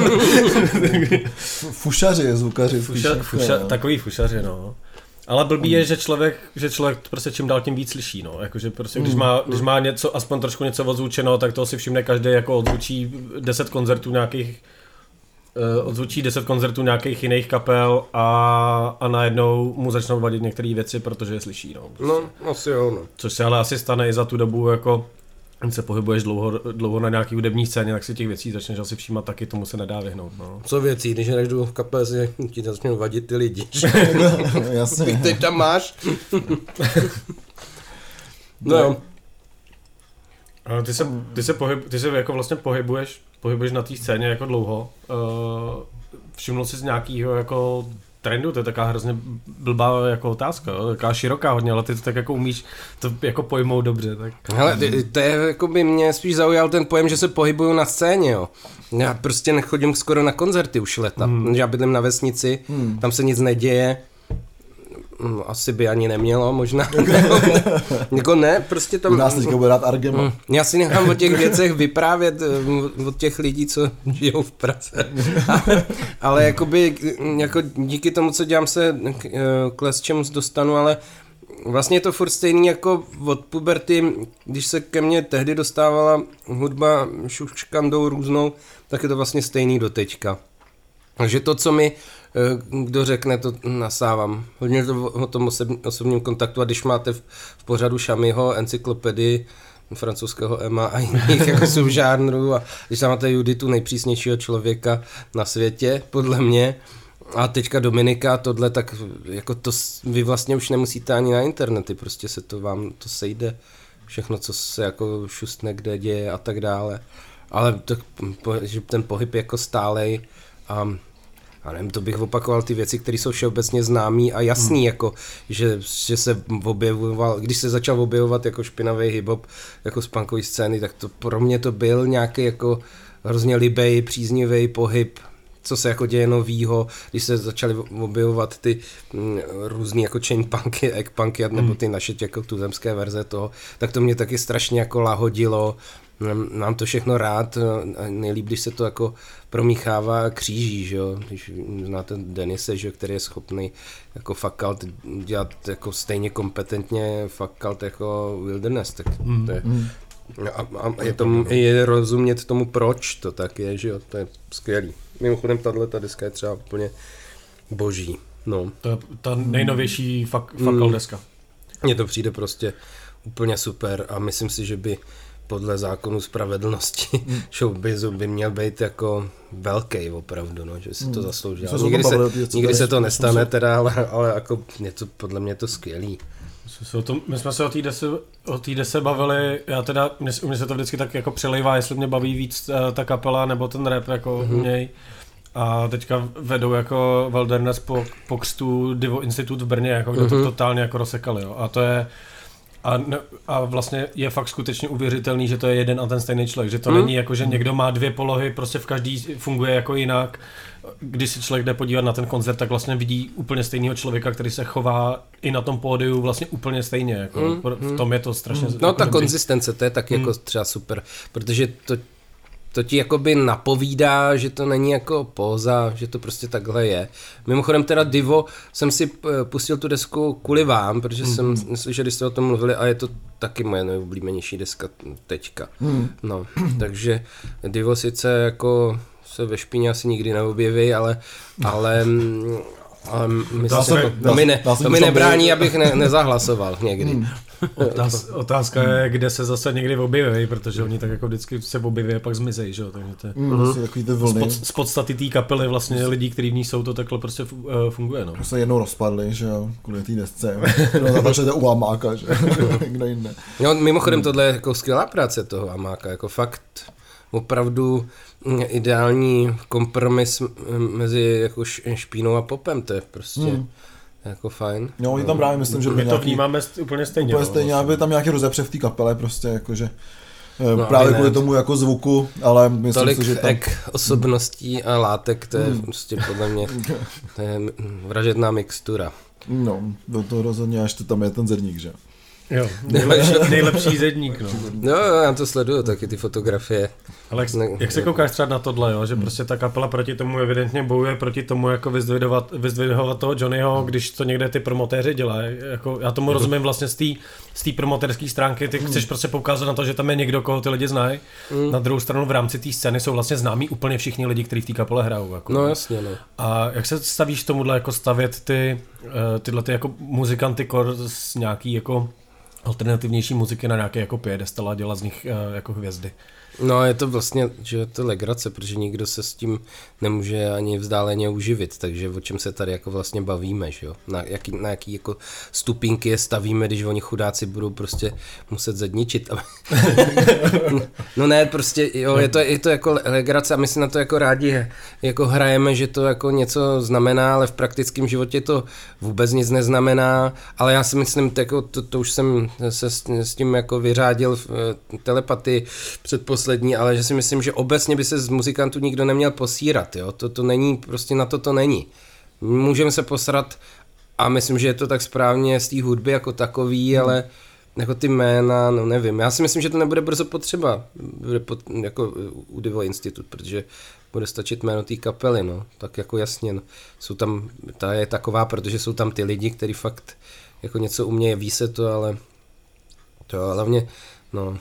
Fušaři, zvukaři. Fuša, fuša, takový fušaři, no. Ale blbý je, že člověk, že člověk prostě čím dál tím víc slyší, no, jakože prostě když má, když má něco, aspoň trošku něco odzvučeno, tak toho si všimne každý, jako odzvučí deset koncertů nějakých, uh, odzvučí deset koncertů nějakých jiných kapel a, a najednou mu začnou vadit některé věci, protože je slyší, no. Prostě. No, asi jo, no. Což se ale asi stane i za tu dobu, jako když se pohybuješ dlouho, dlouho na nějaký hudební scéně, tak si těch věcí začneš asi všímat taky, tomu se nedá vyhnout. No. Co věcí, když hraješ v kapele, si ti začnou vadit ty lidi. Jasně. Ty tam máš. No jo. Ty se, ty se, pohyb, ty se jako vlastně pohybuješ, pohybuješ na té scéně jako dlouho. Uh, všimnul jsi z nějakého jako trendu, to je taková hrozně blbá jako otázka, jo? Taková široká hodně, ale ty to tak jako umíš to jako pojmout dobře. Tak. Hele, to je jako by mě spíš zaujal ten pojem, že se pohybuju na scéně, jo. Já prostě nechodím skoro na koncerty už leta, hmm. já bydlím na vesnici, hmm. tam se nic neděje, asi by ani nemělo, možná. Jako ne, prostě tam... U nás teďka bude rád Argema. Mm, já si nechám o těch věcech vyprávět od těch lidí, co žijou v Praze. Ale jakoby, jako díky tomu, co dělám, se k lecčemu dostanu, ale vlastně je to furt stejný jako od puberty, když se ke mně tehdy dostávala hudba šuškandou různou, tak je to vlastně stejný do teďka. Takže to, co mi kdo řekne, to nasávám. Hodně to o tom osobním kontaktu a když máte v, v pořadu Šamiho encyklopedii francouzského Ema a jiných jako subžánrů a když tam máte Juditu, nejpřísnějšího člověka na světě, podle mě, a teďka Dominika, tohle, tak jako to vy vlastně už nemusíte ani na internety, prostě se to vám to sejde, všechno, co se jako šustne, kde děje a tak dále. Ale to, že ten pohyb je jako stálej a a nevím, to bych opakoval ty věci, které jsou všeobecně známý a jasný, hmm. jako, že, že se objevoval, když se začal objevovat jako špinavý hip-hop, jako z punkové scény, tak to pro mě to byl nějaký jako hrozně libej, příznivý pohyb, co se jako děje novýho, když se začaly objevovat ty m, různý jako chain punky, egg punky, hmm. nebo ty naše jako tuzemské verze toho, tak to mě taky strašně jako lahodilo. Mám to všechno rád, nejlíp, když se to jako promíchává a kříží, že jo, když znáte Denise, že jo, který je schopný jako fakult dělat jako stejně kompetentně fakult jako Wilderness, tak mm. to je, a, a je, tom, je rozumět tomu, proč to tak je, že jo, to je skvělý. Mimochodem, tato deska je třeba úplně boží, no. To je ta nejnovější fak, fakult deska. Mně to přijde prostě úplně super a myslím si, že by podle zákonu spravedlnosti mm. showbizu by měl být jako velký opravdu, no, že si to zaslouží. Mm. Nikdy, se, nikdy se to nestane teda, ale, ale jako je to, podle mě to skvělý. My jsme se o té dese, o té dese bavili, já teda, u mě se to vždycky tak jako přelejvá, jestli mě baví víc ta kapela nebo ten rap jako mm-hmm. u něj. A teďka vedou jako Wilderness po, po křtu Divo Institut v Brně, jako kde mm-hmm. to totálně jako rozsekali, jo. A to je A, a vlastně je fakt skutečně uvěřitelný, že to je jeden a ten stejný člověk, že to hmm. není jako, že někdo má dvě polohy, prostě v každý funguje jako jinak. Když si člověk jde podívat na ten koncert, tak vlastně vidí úplně stejného člověka, který se chová i na tom pódiu vlastně úplně stejně. Jako hmm. V tom je to strašně... Hmm. No ta konzistence, to je taky hmm. jako třeba super, protože to to ti jakoby napovídá, že to není jako póza, že to prostě takhle je. Mimochodem teda Divo jsem si pustil tu desku kvůli vám, protože mm. jsem myslel, že když jste o tom mluvili a je to taky moje nejoblíbenější deska teďka. Mm. No, takže Divo sice jako se ve špíně asi nikdy neobjeví, ale, ale, ale myslím, se, to, to, mi, ne, to mi nebrání, abych ne, nezahlasoval někdy. Mm. Otáz, otázka hmm. je, kde se zase někdy objeví, protože oni tak jako vždycky se objeví a pak zmizejí, že jo, takže to je mm, takový ty vlny. Z podstaty té kapely vlastně lidí, kteří v ní jsou, to takhle prostě funguje, no. Se jednou rozpadli, že jo, kvůli té desce, no začnete u Amáka, že kde jinde. No, mimochodem tohle je jako skvělá práce toho Amáka, jako fakt opravdu ideální kompromis mezi jako špínou a popem, to je prostě... Hmm. Jako fajn. Jo, oni tam právě myslím, že by my nějaký, to vnímáme úplně stejně. Úplně stejně, aby vlastně. Tam nějaký rozepře v té kapele prostě, jakože no, právě kvůli tomu jako zvuku, ale myslím tolik si, že tam... ek osobností a látek, to je hmm. prostě podle mě, to je vražedná mixtura. No, do toho rozhodně, až to tam je ten zedník, že? Jo, nejlepší, nejlepší zedník, no. No, já to sleduju, taky ty fotografie. Ale jak, ne, jak se koukáš třeba na tohle, jo? Že hmm. prostě ta kapela proti tomu evidentně bojuje, proti tomu jako vyzdvihovat, vyzdvihovat toho Johnnyho, když to někde ty promotéři dělají. Jako, já tomu rozumím vlastně z té z té promotérské stránky, ty hmm. chceš prostě poukázat na to, že tam je někdo, koho ty lidi znají. Hmm. Na druhou stranu v rámci té scény jsou vlastně známí úplně všichni lidi, kteří v té kapele hrajou. Jako. No jasně, no. A jak se stavíš tomuhle jako stavět ty, tyhle ty jako muzikanty kor z nějaký jako alternativnější muziky na nějaké jako piedestal a dělat z nich uh, jako hvězdy. No je to vlastně, že je to legrace, protože nikdo se s tím nemůže ani vzdáleně uživit, takže o čem se tady jako vlastně bavíme, že jo? Na jaký, na jaký jako stupínky je stavíme, když oni chudáci budou prostě muset zadničit. No ne, prostě jo, je to, je to jako legrace a my si na to jako rádi jako hrajeme, že to jako něco znamená, ale v praktickém životě to vůbec nic neznamená, ale já si myslím, jako to, to už jsem se s, s tím jako vyřádil v telepatii předposlední, ale že si myslím, že obecně by se z muzikantů nikdo neměl posírat, jo, to, to není, prostě na to to není. Můžeme se posrat a myslím, že je to tak správně z té hudby jako takový, hmm. ale jako ty jména, no nevím, já si myslím, že to nebude brzo potřeba, bude pot, jako u Divo Institut, protože bude stačit jméno té kapely, no, tak jako jasně, no. Jsou tam, ta je taková, protože jsou tam ty lidi, kteří fakt jako něco umějí, ví se to, ale to hlavně, no,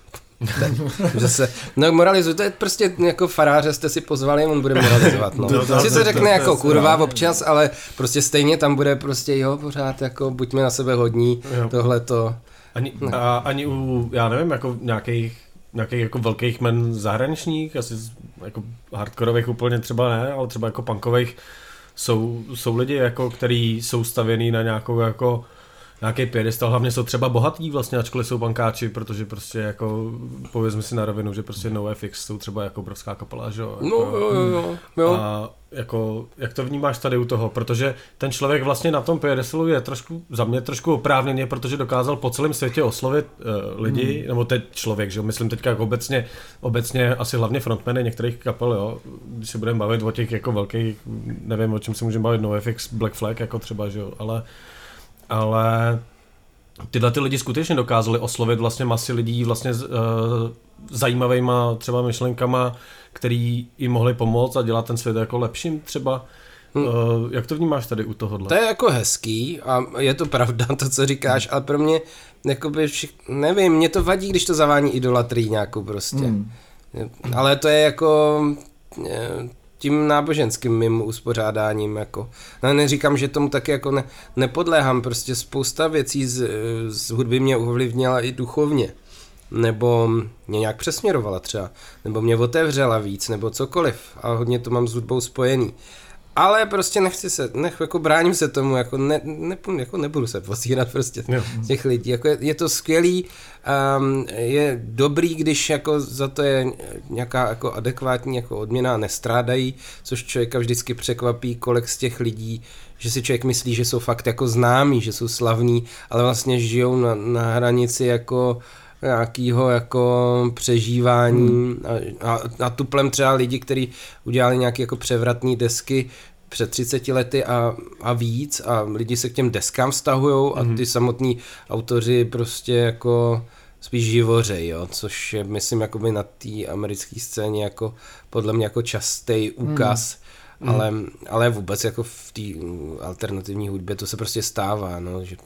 zase, no moralizuj, to je prostě jako faráře jste si pozvali, on bude moralizovat, no. Si to řekne jako kurva občas, ale prostě stejně tam bude prostě jo, pořád jako buďme na sebe hodní, tohleto. Ani, a ani u, já nevím, jako nějakých, nějakých jako velkých men zahraničních, asi jako hardkorových úplně třeba ne, ale třeba jako punkových, jsou, jsou lidi, jako, který jsou stavěný na nějakou jako nějaký piedestal, hlavně jsou třeba bohatí vlastně, ačkoliv jsou bankáči, protože prostě jako, povězme si na rovinu, že prostě NoFX jsou třeba jako obrovská kapela, že jo? No jo, jo, jo, jo. A jako, jak to vnímáš tady u toho, protože ten člověk vlastně na tom piedestalu je trošku, za mě trošku oprávněně, protože dokázal po celém světě oslovit uh, lidi, hmm. nebo teď člověk, že jo, myslím teďka jako obecně, obecně asi hlavně frontmeny některých kapel, jo, když se budeme bavit o těch jako velkých, nevím, o čem se můžeme bavit, NoFX, Black Flag, jako třeba, že jo, ale ale tyhle ty lidi skutečně dokázali oslovit vlastně masy lidí vlastně uh, zajímavýma třeba myšlenkama, který jim mohli pomoct a dělat ten svět jako lepším třeba. Hmm. Uh, jak to vnímáš tady u tohohle? To je jako hezký a je to pravda to, co říkáš, ale pro mě jakoby všich, nevím, mě to vadí, když to zavání idolatrii nějakou prostě. Hmm. Ale to je jako tím náboženským mým uspořádáním, jako. No, neříkám, že tomu taky jako ne, nepodléhám, prostě spousta věcí z, z hudby mě ovlivnila i duchovně, nebo mě nějak přesměrovala třeba, nebo mě otevřela víc, nebo cokoliv a hodně to mám s hudbou spojený. Ale prostě nechci se, nech, jako bráním se tomu, jako, ne, ne, jako nebudu se posírat prostě z těch lidí, jako je, je to skvělý, um, je dobrý, když jako za to je nějaká jako adekvátní jako odměna, nestrádají, což člověka vždycky překvapí, kolik z těch lidí, že si člověk myslí, že jsou fakt jako známí, že jsou slavní, ale vlastně žijou na, na hranici jako nějakýho jako přežívání hmm. a, a, a tuplem třeba lidi, kteří udělali nějaké jako převratné desky před třiceti lety a, a víc a lidi se k těm deskám vztahujou hmm. a ty samotní autoři prostě jako spíš živořej, jo, což je myslím jakoby na té americké scéně jako podle mě jako častý úkaz, hmm. ale, ale vůbec jako v té alternativní hudbě to se prostě stává, no, že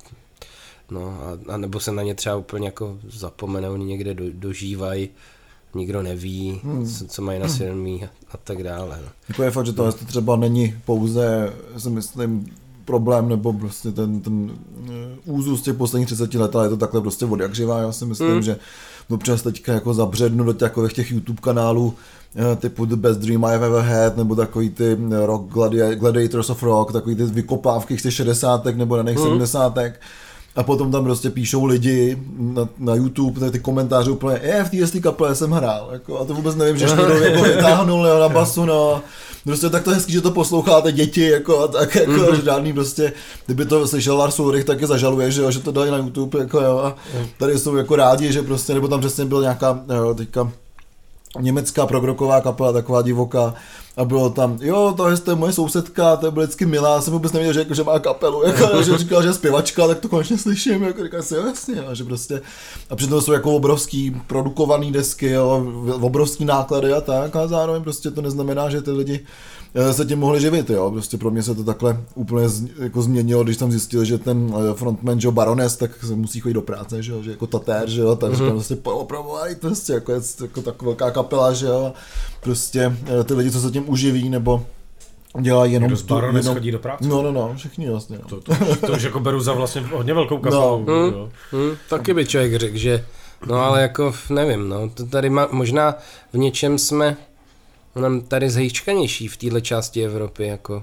no a, a nebo se na ně třeba úplně jako zapomenou, někde do, dožívají, nikdo neví, hmm. co, co mají na svědomí a, a tak dále. No. Jako je fakt, že to třeba není pouze, si myslím, problém nebo prostě ten, ten úzus těch posledních třiceti let, ale je to takhle prostě od jak živá. Já si myslím, hmm. že občas teďka jako zabřednu do takových těch YouTube kanálů typu The Best Dream I've Ever Had, nebo takový ty rock gladi- Gladiators of Rock, takový ty vykopávky z těch šedesátek nebo raných hmm. sedmdesátek. A potom tam prostě píšou lidi na, na YouTube, ty komentáře úplně, je, v té kapele jsem hrál, jako, a to vůbec nevím, že někdo jako vytáhnul na basu, no, prostě tak to hezký, že to posloucháte děti, jako, a tak, jako, mm-hmm. žádný prostě, kdyby to slyšel Lars Ulrich, taky zažaluje, že, jo, že to dali na YouTube, jako, jo, a tady jsou jako rádi, že prostě, nebo tam přesně byl nějaká, jo, teďka, německá progroková kapela, taková divoká, a bylo tam, jo, to je moje sousedka, to je byla vždycky milá, jsem vůbec nevěděl, že, jako, že má kapelu, jako, že říkala, že je zpěvačka, tak to konečně slyším, jako říkala si, jo, jasně, a že prostě, a přitom jsou jako obrovský produkovaný desky, jo, obrovský náklady a tak, a zároveň prostě to neznamená, že ty lidi se tím mohli živit, jo, prostě pro mě se to takhle úplně z, jako změnilo, když jsem zjistil, že ten frontman Joe Baroness, tak se musí chodit do práce, že jo, že jako tatér, že jo, tak mm-hmm. říkám prostě opravovali, prostě jako je jako tak velká kapela, že jo, prostě ty lidi, co se tím uživí, nebo dělají jenom tu, Baroness jenom... chodí do práce? No, no, no, všichni vlastně. No. To, to, to už jako beru za vlastně hodně velkou kapelu. No. Hmm, hmm, taky by člověk řekl, že No ale jako, nevím, no, to tady má, možná v něčem jsme nám tady zhejčkanější v téhle části Evropy, jako,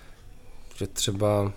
že třeba,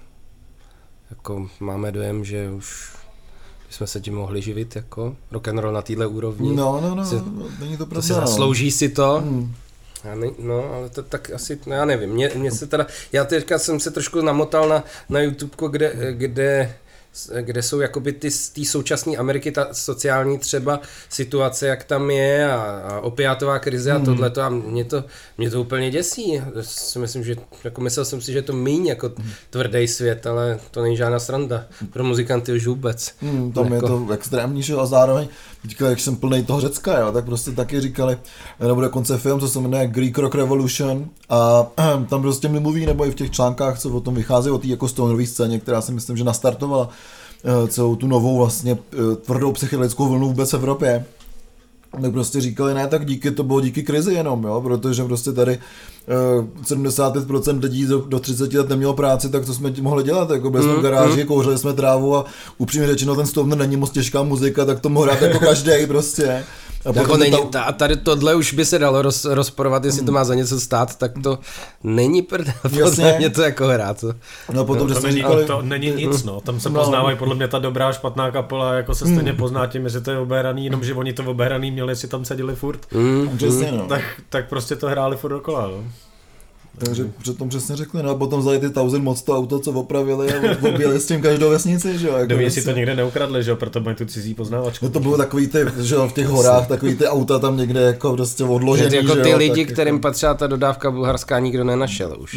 jako máme dojem, že už jsme se tím mohli živit, jako, rock'n'roll na téhle úrovni. No, no, no, se, není to pravda. To si zaslouží si to. Hmm. Já ne, no, ale to tak asi, no, já nevím, mě, mě se teda, já teďka jsem se trošku namotal na, na YouTubeko, kde, kde, kde jsou jakoby ty z té současné Ameriky, ta sociální třeba situace, jak tam je a, a opiátová krize hmm. a tohleto a mě to, mě to úplně děsí. Já si myslím, že, jako myslel jsem si, že je to míň jako tvrdý svět, ale to není žádná sranda pro muzikanty už vůbec. Hmm, tam jako... je to extrémní, že? A zároveň teďka, jak jsem plnej toho Řecka, jo, tak prostě taky říkali, nebo dokonce film, co se jmenuje Greek Rock Revolution a tam prostě mluví, nebo i v těch článkách, co o tom vychází, o té jako stonerové scéně, která si myslím, že nastartovala celou tu novou vlastně tvrdou psychedelickou vlnu vůbec v Evropě. Tak prostě říkali, ne, tak díky, to bylo díky krizi jenom, jo, protože prostě tady uh, sedmdesát pět procent lidí do, do třiceti let nemělo práci, tak co jsme mohli dělat, jako byli jsme v garáži, kouřili jsme trávu a upřímně řečeno ten stoner není moc těžká muzika, tak to mohl hrát jako každej prostě. A jako není, ta... a tady tohle už by se dalo roz, rozporovat, jestli to má za něco stát, tak to není prdel, podle mě to jako hrát. No potom, no, že to, není, říkali... to není nic, no, tam se no. poznávají podle mě ta dobrá a špatná kapela, jako se stejně pozná tím, že to je obéraný, jenom že oni to obéraný měli, si tam seděli furt, mm, přesně, no. tak, tak prostě to hráli furt dokola, no. Takže přitom přesně řekli, no a potom vzali ty Thousand Mods to auto, co opravili a objeli s tím každou vesnici, že jo. Jako Doví, si to někde neukradli, že jo, proto mají tu cizí poznávačku. No to bylo takový ty, že jo, v těch horách, takový ty auta tam někde jako prostě odložený, jako že ty jo, lidi, tak kterým jako... patřila ta dodávka bulharská, nikdo nenašel už.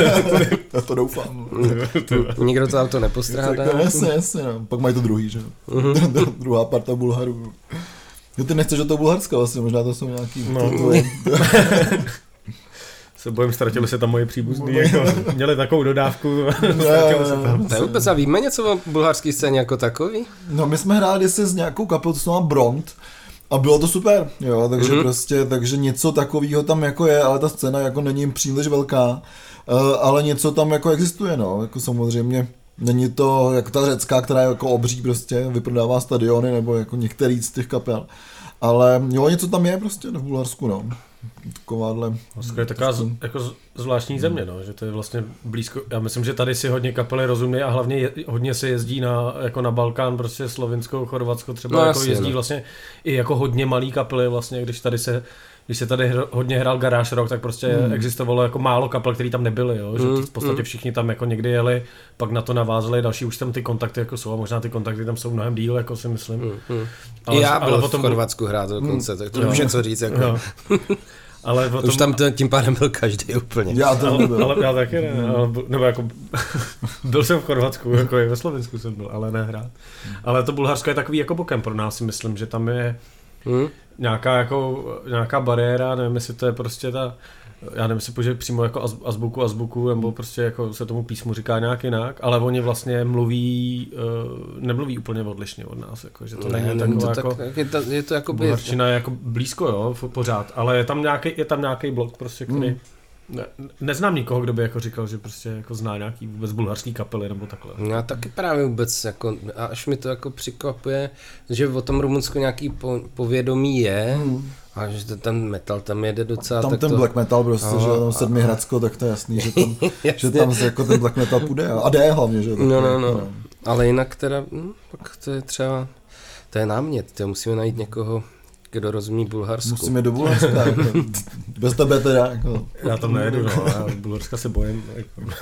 Já to doufám. Nikdo to auto nepostrádá. No, jasně, jasně, no. Pak mají to druhý, že jo. Druhá parta Bulharů. Jo, ty nechceš do toho Bulharska vlastně, možná to jsou nějaký... No. Se bojím, ztratili se tam moje příbuzný, jako, měli takovou dodávku, ztratili se tam. To je vůbec, a víme něco o bulharské scéně jako takový? No my jsme hráli se s nějakou kapelou, co se jmenuje Bront, a bylo to super, jo, takže mm-hmm. prostě, takže něco takového tam jako je, ale ta scéna jako není příliš velká, ale něco tam jako existuje, no, jako samozřejmě. Není to jako ta řecká, která je jako obří prostě, vyprodává stadiony nebo jako některý z těch kapel, ale jo, něco tam je prostě v Bulharsku, no. Takováhle... To je taková z, jako zvláštní země, no, že to je vlastně blízko, já myslím, že tady si hodně kapely rozumí a hlavně je, hodně se jezdí na, jako na Balkán, prostě Slovinsko, Chorvatsko třeba, no, jako jasně, jezdí no. Vlastně i jako hodně malý kapely vlastně, když tady se když se tady hr, hodně hrál Garage Rock, tak prostě hmm. existovalo jako málo kapel, který tam nebyly, jo? Že v podstatě všichni tam jako někdy jeli, pak na to navázali, další už tam ty kontakty jako jsou a možná ty kontakty tam jsou mnohem díl, jako si myslím. Hmm. Ale, já byl ale v Chorvatsku hrát dokonce, tak to hmm. už je co říct. Jako. Ale potom... Už tam tím pádem byl každý úplně. Já to ale, ale já taky ne, ale, nebo jako byl jsem v Chorvatsku, jako i ve Slovensku jsem byl, ale ne hrát. Ale to Bulharsko je takový jako bokem pro nás, si myslím, že tam je hmm. nějaká jako nějaká bariéra, nevím, jestli to je prostě ta, já nevím, jestli použije přímo jako azbuku, azbuku, nebo prostě jako se tomu písmu říká nějak jinak, ale oni vlastně mluví, uh, nemluví úplně odlišně od nás, jako, že to ne, není taková to jako, tak, je to, je to jako bulharčina je jako blízko, jo, pořád, ale je tam nějaký, je tam nějaký blok prostě, který, mm. ne, neznám nikoho, kdo by jako říkal, že prostě jako zná nějaký vůbec bulharský kapely nebo takhle. Já taky právě vůbec, jako, až mi to jako překvapuje, že o tom Rumunsku nějaký po, povědomí je, mm. a že to, ten metal tam jede docela. Tam tak ten to... black metal prostě, aha, že tam Sedmihradsko, tak to je jasný, že tam, že tam se jako ten black metal půjde a jde hlavně, že no, no, no, no. Ale jinak teda, hm, pak to je třeba, to je námět, to musíme najít někoho, kdo rozumí Bulharsku. Musíme do Bulharska, jako, bez tebe teda. Jako. Já tam nejedu, no, já Bulharska se bojím. Jako.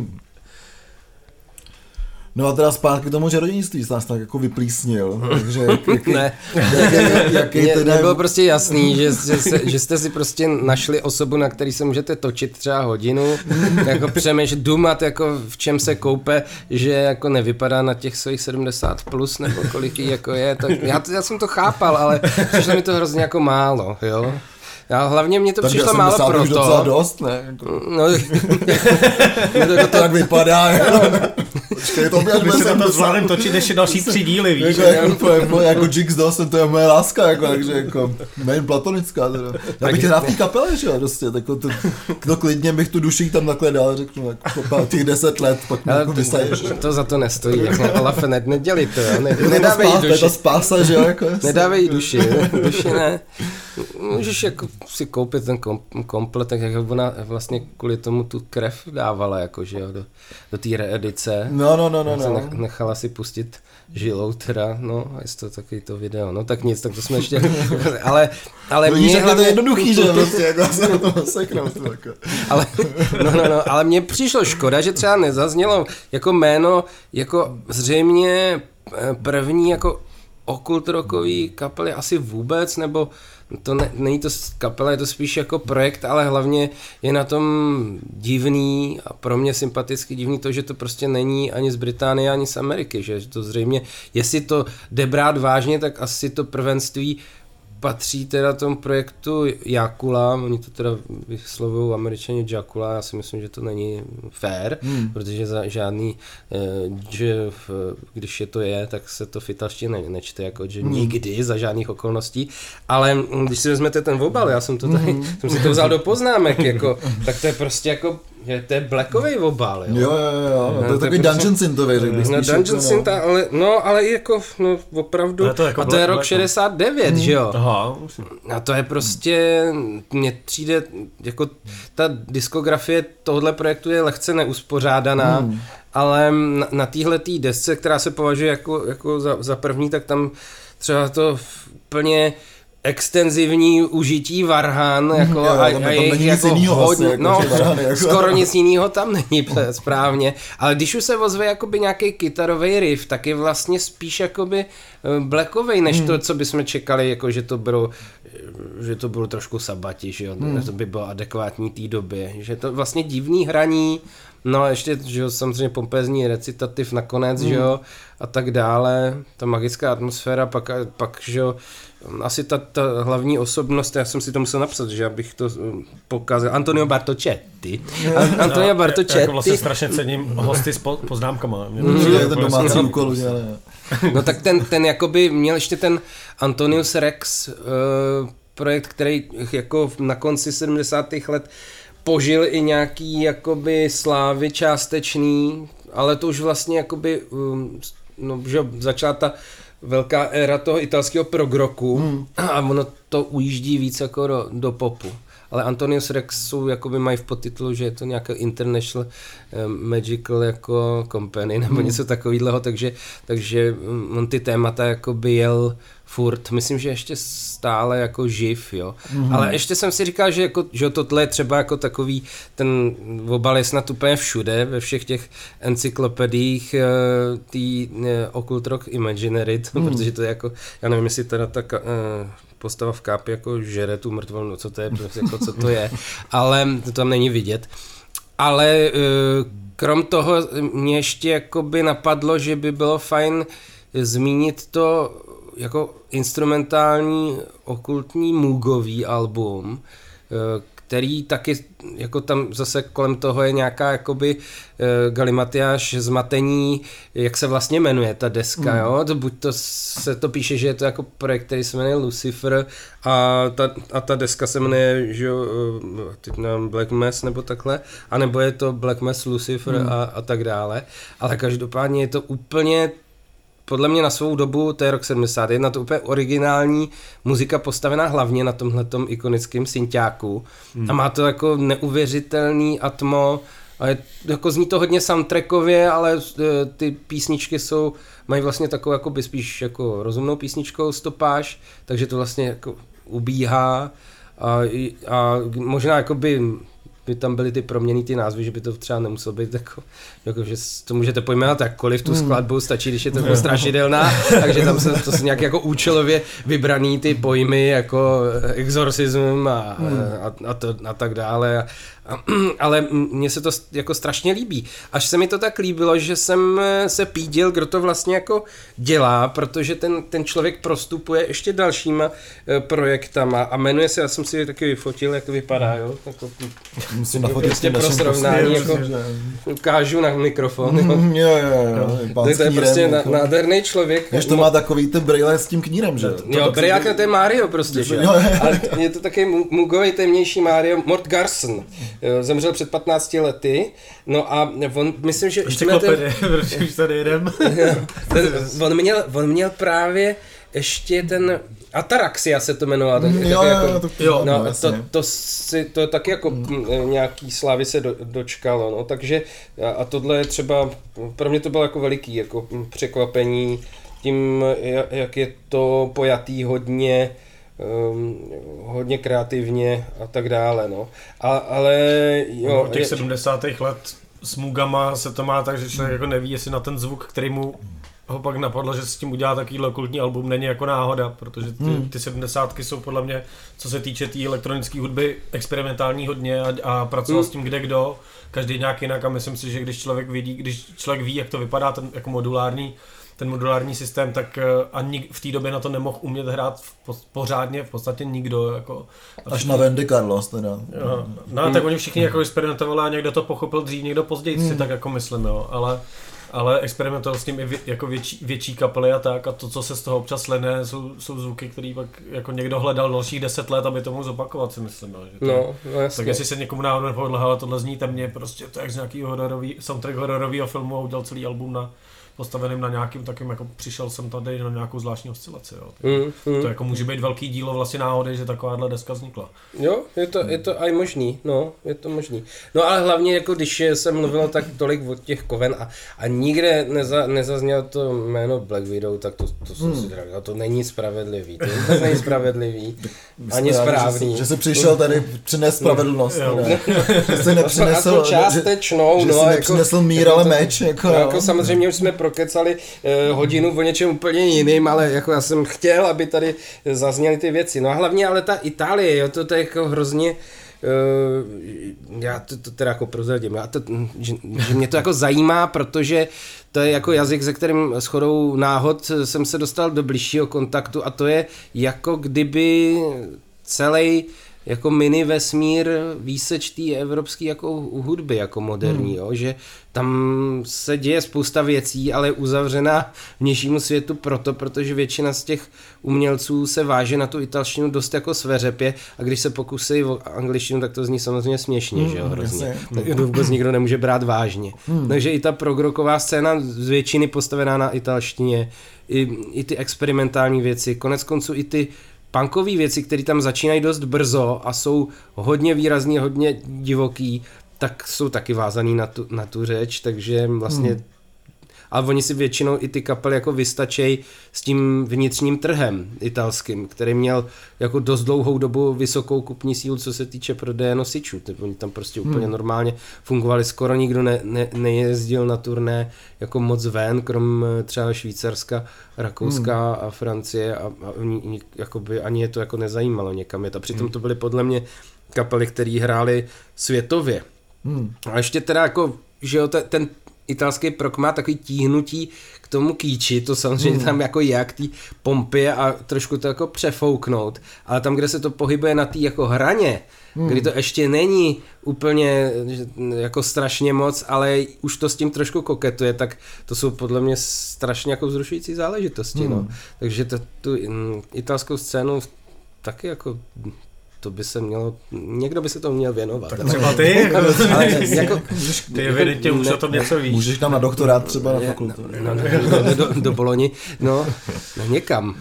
No a teda zpátky k tomu čarodějnictví se nás tak jako vyplísnil, takže jaký, ne. jaký, jaký Mě, teda... nebylo prostě jasný, že, že, se, že jste si prostě našli osobu, na který se můžete točit třeba hodinu, jako přemýšlet, dumat, jako v čem se koupe, že jako nevypadá na těch svých sedmdesát plus, nebo kolik jí jako je, tak já, já jsem to chápal, ale přišlo mi to hrozně jako málo, jo. A hlavně mě to tak přišlo málo proto. Takže docela dost, ne? Jako... No, no to, to tak vypadá, počkej, to mě my se na to zvládnem točit ještě další tři díly, víš? Jako, jako, jako Jigs Dawson, to je moje láska, jako, takže jako, nejen platonická, teda. Já bych hrál v té kapele, že jo, prostě, tako to, to klidně bych tu duši tam takhle dál, řeknu, jako, těch deset let, pak mě jako vysaješ. To, to za to nestojí, jako Olafe, ne, neděli to, jo, ne, nedávej jí duši. To je ta spása, že jo, jako. Nedávej jí duši, duši ne. Můžeš jako si koupit ten kom, komplet, tak jak ona vlastně kvůli tomu tu krev dávala, jako, že jo, do, do té reedice. No, no, no, no, no. Nechala si pustit žilou teda, no, a jest to takový to video, no tak nic, tak to jsme ještě, ale, ale no, mě hlavně... to je jednoduchý, že prostě, jako se na to seknout, jako. Ale, no, no, no, ale mně přišlo škoda, že třeba nezaznělo jako jméno, jako zřejmě první, jako okult rockový kapely asi vůbec, nebo to ne, není to kapela, je to spíš jako projekt, ale hlavně je na tom divný a pro mě sympaticky divný to, že to prostě není ani z Británie, ani z Ameriky, že to zřejmě, jestli to jde brát vážně, tak asi to prvenství patří teda tomu projektu Jakula, oni to teda vyslovují Američani Jakula, já si myslím, že to není fair, hmm. protože za žádný, že když je to je, tak se to v italštině ne, nečte, jako že hmm. nikdy za žádných okolností, ale když si vezmete ten obal, já jsem to tady, hmm. jsem si to vzal do poznámek, jako, tak to je prostě jako že to je blackovej obal, jo. Jo, jo, jo, no, to je takový prostě, Dungeon Synthowej, řekl bych. No, Dungeon Synth, no. ale, no, ale jako, no, opravdu, to jako a to je rok šedesát devět, hmm. že jo. Aha. A to je prostě, mně přijde, jako ta diskografie tohle projektu je lehce neuspořádaná, hmm. ale na, na téhletý desce, která se považuje jako, jako za, za první, tak tam třeba to úplně extenzivní užití varhan, jako jo, a, tam, a je jako hodně, vlastně, jako, no, varhany, jako. skoro nic jiného tam není správně, ale když už se ozve jakoby nějaký kytarový riff, tak je vlastně spíš jakoby blackovej, než hmm. to, co bychom čekali, jako že to bylo, že to bylo trošku sabati, že jo, hmm. to by bylo adekvátní té době, že to vlastně divný hraní, no a ještě, že jo, samozřejmě pompézní recitativ nakonec, hmm. že jo, a tak dále, ta magická atmosféra, pak, pak že jo, asi ta, ta hlavní osobnost, já jsem si to musel napsat, že abych to pokazal, Antonio Bartocetti. An- Antonio Bartocetti. Já jako vlastně strašně cením hosty s po- poznámkama. Mm, je ten domácí úkol udělaný. No tak ten, ten jakoby měl ještě ten Antonius Rex uh, projekt, který jako na konci sedmdesátých let požil i nějaký jakoby slávy částečný, ale to už vlastně jakoby, um, no, že začala ta velká éra toho italského progroku hmm. a ono to ujíždí víc jako do, do popu. Ale Antonius Rex jsou, jakoby mají v podtitulu, že je to nějaké International um, Magical jako company nebo hmm. něco takového, takže, takže on ty témata jakoby jel furt, myslím, že ještě stále jako živ, jo. Mm-hmm. Ale ještě jsem si říkal, že, jako, že tohle je třeba jako takový, ten obal je snad úplně všude, ve všech těch encyklopediích uh, tý uh, Occult Rock Imaginary, mm. protože to je jako, já nevím, jestli teda ta uh, postava v kápi jako žere tu mrtvou, no co to je, prostě, jako, co to je, ale to tam není vidět. Ale uh, krom toho mě ještě jakoby napadlo, že by bylo fajn zmínit to jako instrumentální okultní moogový album, který taky, jako tam zase kolem toho je nějaká jakoby galimatiáš, zmatení, jak se vlastně jmenuje ta deska, mm. jo, to buď to se to píše, že je to jako projekt, který se jmenuje Lucifer a ta, a ta deska se jmenuje, že jo, teď nevím, Black Mass nebo takhle, anebo je to Black Mass Lucifer mm. a, a tak dále, ale každopádně je to úplně podle mě na svou dobu, to je rok sedmdesát jedna, to úplně originální muzika postavená hlavně na tomhletom ikonickém synťáku hmm. a má to jako neuvěřitelný atmo a je, jako zní to hodně soundtrackově, ale ty písničky jsou, mají vlastně takovou jakoby spíš jako rozumnou písničkou stopáž, takže to vlastně jako ubíhá a, a možná jakoby by tam byly ty proměny, ty názvy, že by to třeba nemuselo být jako, jako že to můžete pojmenovat jakkoliv, tu skladbu stačí, když je to strašidelná, takže tam se to jsou nějak jako účelově vybraný ty pojmy jako exorcism a, a, a, to, a tak dále. A, a, ale mně se to jako strašně líbí. Až se mi to tak líbilo, že jsem se pídil, kdo to vlastně jako dělá, protože ten, ten člověk prostupuje ještě dalšíma projektama a jmenuje se, já jsem si taky vyfotil, jak to vypadá, jo? Jako, musím jako prostě pro srovnání, jako ukážu na mikrofon. Jo? Mm, jo, jo, jo. To je knírem, prostě jako nádherný člověk. Než to má takový ten brýle s tím knírem, že? Jo, brýle, to je Mario prostě, že? Ale je to taky mugovej temnější Mario, Mort Garson. Zemřel před patnácti lety, no a on, myslím, že... Encyklopedie, protože už tady jedem. on, měl, on měl právě ještě ten... Ataraxia se to jmenovalo. Tak, jo, tak jo, jako, to, jo, no, to, to, to, si, to taky jako mm. nějaký slávy se do, dočkalo, no, takže a tohle je třeba, pro mě to bylo jako veliký jako překvapení tím, jak je to pojatý hodně, um, hodně kreativně a tak dále, no. A, ale jo. No, těch sedmdesátých let s Mugama se to má tak, že člověk jako neví, jestli na ten zvuk, který mu ho pak napadlo, že s tím udělá takovýhle kultní album, není jako náhoda, protože ty, hmm. ty sedmdesátky jsou podle mě, co se týče té tý elektronické hudby, experimentální hodně a, a pracoval hmm. s tím kde kdo, každý nějak jinak a myslím si, že když člověk vidí, když člověk ví, jak to vypadá ten jako modulární, ten modulární systém, tak ani v té době na to nemohl umět hrát v, pořádně v podstatě nikdo. Jako, až na Wendy Carlos teda. Jo, no hmm. tak oni všichni jako experimentovali a někdo to pochopil dřív, někdo později hmm. si tak jako myslím, jo, ale ale experimentoval s tím i vě, jako větší, větší kapely a tak a to, co se z toho občas lene, jsou, jsou zvuky, který pak jako někdo hledal dalších deset let, aby to mohl zopakovat, si myslím. Že to, no, no jasně. Tak jestli se někomu náhodou nepovedlo, ale tohle zní temně, prostě to je jak z nějakého hororový, soundtrack hororového filmu a udělal celý album na postaveným na nějakým takým, jako přišel jsem tady na nějakou zvláštní oscilaci, jo. Mm, mm. To jako může být velký dílo vlastně náhody, že takováhle deska vznikla. Jo, je to, je to aj možný, no, je to možný. No ale hlavně jako když jsem mluvil tak tolik od těch Coven a, a nikde neza, nezazněl to jméno Black Widow, tak to, to jsem hmm. si řekl, to není spravedlivý, to vůbec není spravedlivý, ani správný. Že, že jsi přišel tady přinést spravedlnost, no, ne? Že jsi nepřinesl, částečnou, že, že no, jsi jako, nepřinesl mír, ale meč, jako, no, jako samozřejmě už jsme prokecali eh, hodinu o něčem úplně jiným, ale jako já jsem chtěl, aby tady zazněly ty věci. No a hlavně ale ta Itálie, jo, to, to je jako hrozně, uh, já to, to teda jako prozradím, já to, že, že mě to jako zajímá, protože to je jako jazyk, se kterým shodou náhod jsem se dostal do bližšího kontaktu a to je jako kdyby celý jako mini vesmír výseč té evropské jako hudby jako moderní, hmm. jo, že tam se děje spousta věcí, ale je uzavřená vnějšímu světu proto, protože většina z těch umělců se váže na tu italštinu dost jako sveřepě a když se pokusí o angličtinu, tak to zní samozřejmě směšně, hmm, že jo, hrozně. Tak to vůbec nikdo nemůže brát vážně. Hmm. Takže i ta progroková scéna z většiny postavená na italštině, i, i ty experimentální věci, konec konců i ty punkové věci, které tam začínají dost brzo a jsou hodně výrazný, hodně divoký, tak jsou taky vázaný na tu, na tu řeč, takže vlastně, hmm. ale oni si většinou i ty kapely jako vystačejí s tím vnitřním trhem italským, který měl jako dost dlouhou dobu vysokou kupní sílu, co se týče prodeje nosičů. Oni tam prostě úplně hmm. normálně fungovali, skoro nikdo ne, ne, nejezdil na turné jako moc ven, krom třeba Švýcarska, Rakouska hmm. a Francie a, a jakoby ani je to jako nezajímalo někam jet. A přitom to byly podle mě kapely, které hrály světově. Hmm. A ještě teda jako, že jo, ten, ten italský prok má takový tíhnutí k tomu kýči, to samozřejmě hmm. tam jako je, jak tý pompě a trošku to jako přefouknout, ale tam, kde se to pohybuje na té jako hraně, hmm. kdy to ještě není úplně jako strašně moc, ale už to s tím trošku koketuje, tak to jsou podle mě strašně jako vzrušující záležitosti, hmm. no. Takže to, tu italskou scénu taky jako to by se mělo, někdo by se tomu měl věnovat. Tak třeba ty, ale jako, ty evidentně už o tom něco víš. Můžeš tam na doktorát třeba na fakultu. No, no, do, do, do Boloni, no, no někam.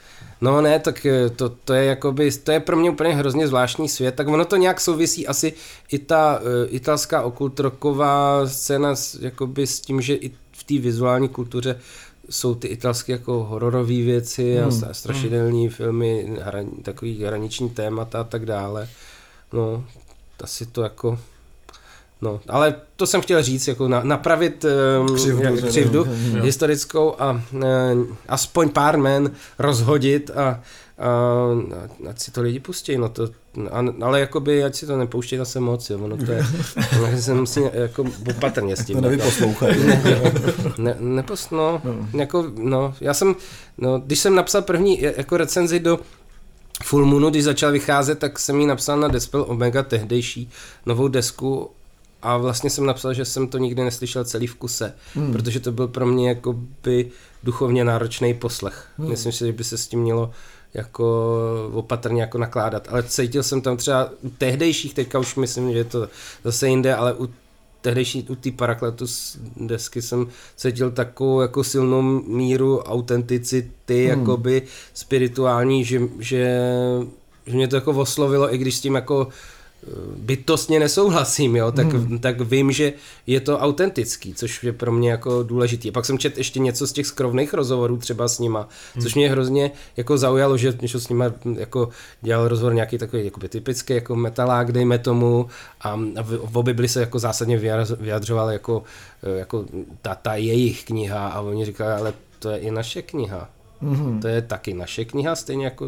No ne, tak to, to je jakoby, to je pro mě úplně hrozně zvláštní svět, tak ono to nějak souvisí asi i ta uh, italská okultroková scéna s, jakoby s tím, že i v té vizuální kultuře jsou ty italské jako hororové věci hmm. a strašidelní hmm. filmy, hran, takový hraniční témata a tak dále. No, asi to jako No, ale to jsem chtěl říct, jako na, napravit um, křivdu, jak, křivdu ne, historickou a uh, aspoň pár men rozhodit a, a ať si to lidi pustí, no to, a, ale jakoby, ať si to nepouštějí zase moc, jo, ono to je, takže se musí jako opatrně s tím. To nevyposlouchají. ne, nepos, no, no. Jako, no, já jsem, no, když jsem napsal první jako recenzi do Full Moonu, když začal vycházet, tak jsem ji napsal na Dispel Omega, tehdejší novou desku. A vlastně jsem napsal, že jsem to nikdy neslyšel celý v kuse, hmm. protože to byl pro mě jakoby duchovně náročný poslech. Hmm. Myslím si, že by se s tím mělo jako opatrně jako nakládat. Ale cítil jsem tam třeba u tehdejších, teďka už myslím, že je to zase jinde, ale u tehdejší, u té Parakletus desky jsem cítil takovou jako silnou míru autenticity, hmm. jakoby spirituální, že, že, že mě to jako oslovilo, i když s tím jako bytostně nesouhlasím, jo, tak, hmm. tak vím, že je to autentický, což je pro mě jako důležitý. A pak jsem četl ještě něco z těch skrovných rozhovorů třeba s nima, hmm. což mě hrozně jako zaujalo, že když s nima jako dělal rozhovor nějaký takový jakoby typický jako metalák, dejme tomu, a, a v, v Bibli se jako zásadně vyjadřoval jako, jako ta, ta jejich kniha a oni říkali, ale to je i naše kniha. Hmm. To je taky naše kniha, stejně jako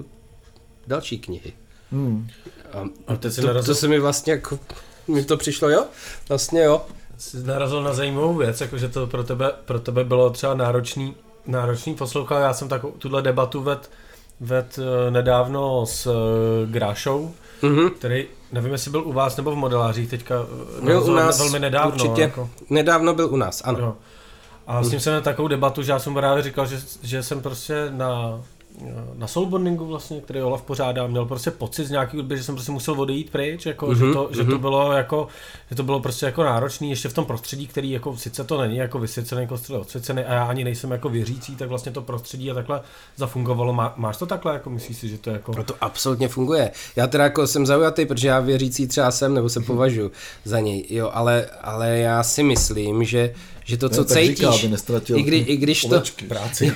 další knihy. Hmm. A, a to, narazil... to se mi vlastně jako, mi to přišlo, jo? Vlastně jo. Jsi narazil na zajímavou věc, jakože to pro tebe, pro tebe bylo třeba náročný, náročný poslouchat. Já jsem takovou tuhle debatu ved, ved nedávno s uh, Grášou, mm-hmm. který, nevím, jestli byl u vás nebo v Modelářích, teďka byl u nás, velmi nedávno. Určitě, jako... nedávno byl u nás, ano. Jo. A s tím jsem měl takovou debatu, že já jsem právě říkal, že, že jsem prostě na... na soulbondingu vlastně, který Olaf pořádá, měl prostě pocit z nějaký hudby, že jsem prostě musel odejít pryč, jako, mm-hmm, že, to, mm-hmm. že to bylo jako, že to bylo prostě jako náročný, ještě v tom prostředí, který jako sice to není jako vysvěcený kostel odsvěcený a já ani nejsem jako věřící, tak vlastně to prostředí a takhle zafungovalo. Má, máš to takhle, jako myslíš si, že to jako... No to absolutně funguje. Já teda jako jsem zaujatý, protože já věřící třeba jsem, nebo se považuji za něj, jo, ale, ale já si myslím, že že to, co ne, cítíš, říká, i, kdy, i když to... Práci.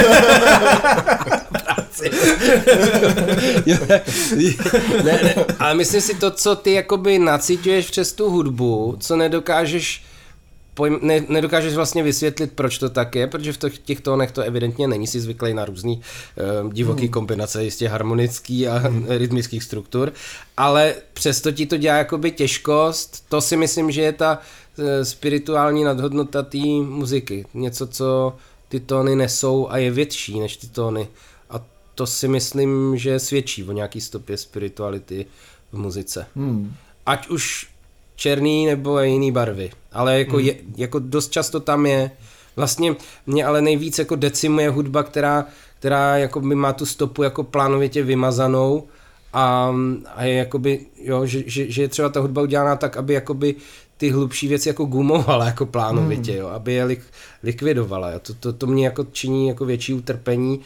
Práci. ne, ne, ale myslím si to, co ty jakoby nacíťuješ přes tu hudbu, co nedokážeš pojm, ne, nedokážeš vlastně vysvětlit, proč to tak je, protože v těch tónech to evidentně není, si zvyklý na různý uh, divoký hmm. kombinace, jistě harmonický a hmm. rytmických struktur, ale přesto ti to dělá jakoby těžkost, to si myslím, že je ta spirituální nadhodnota té muziky. Něco, co ty tóny nesou a je větší než ty tóny. A to si myslím, že svědčí o nějaký stopě spirituality v muzice. Hmm. Ať už černý nebo jiný barvy. Ale jako, hmm. je, jako dost často tam je. Vlastně mě ale nejvíc jako decimuje hudba, která, která jako by má tu stopu jako plánovitě vymazanou a, a je jakoby, jo, že, že, že je třeba ta hudba udělaná tak, aby jakoby ty hlubší věci jako gumovala jako plánovitě, jo, aby je lik, likvidovala. Jo. To, to, to mě jako činí jako větší utrpení,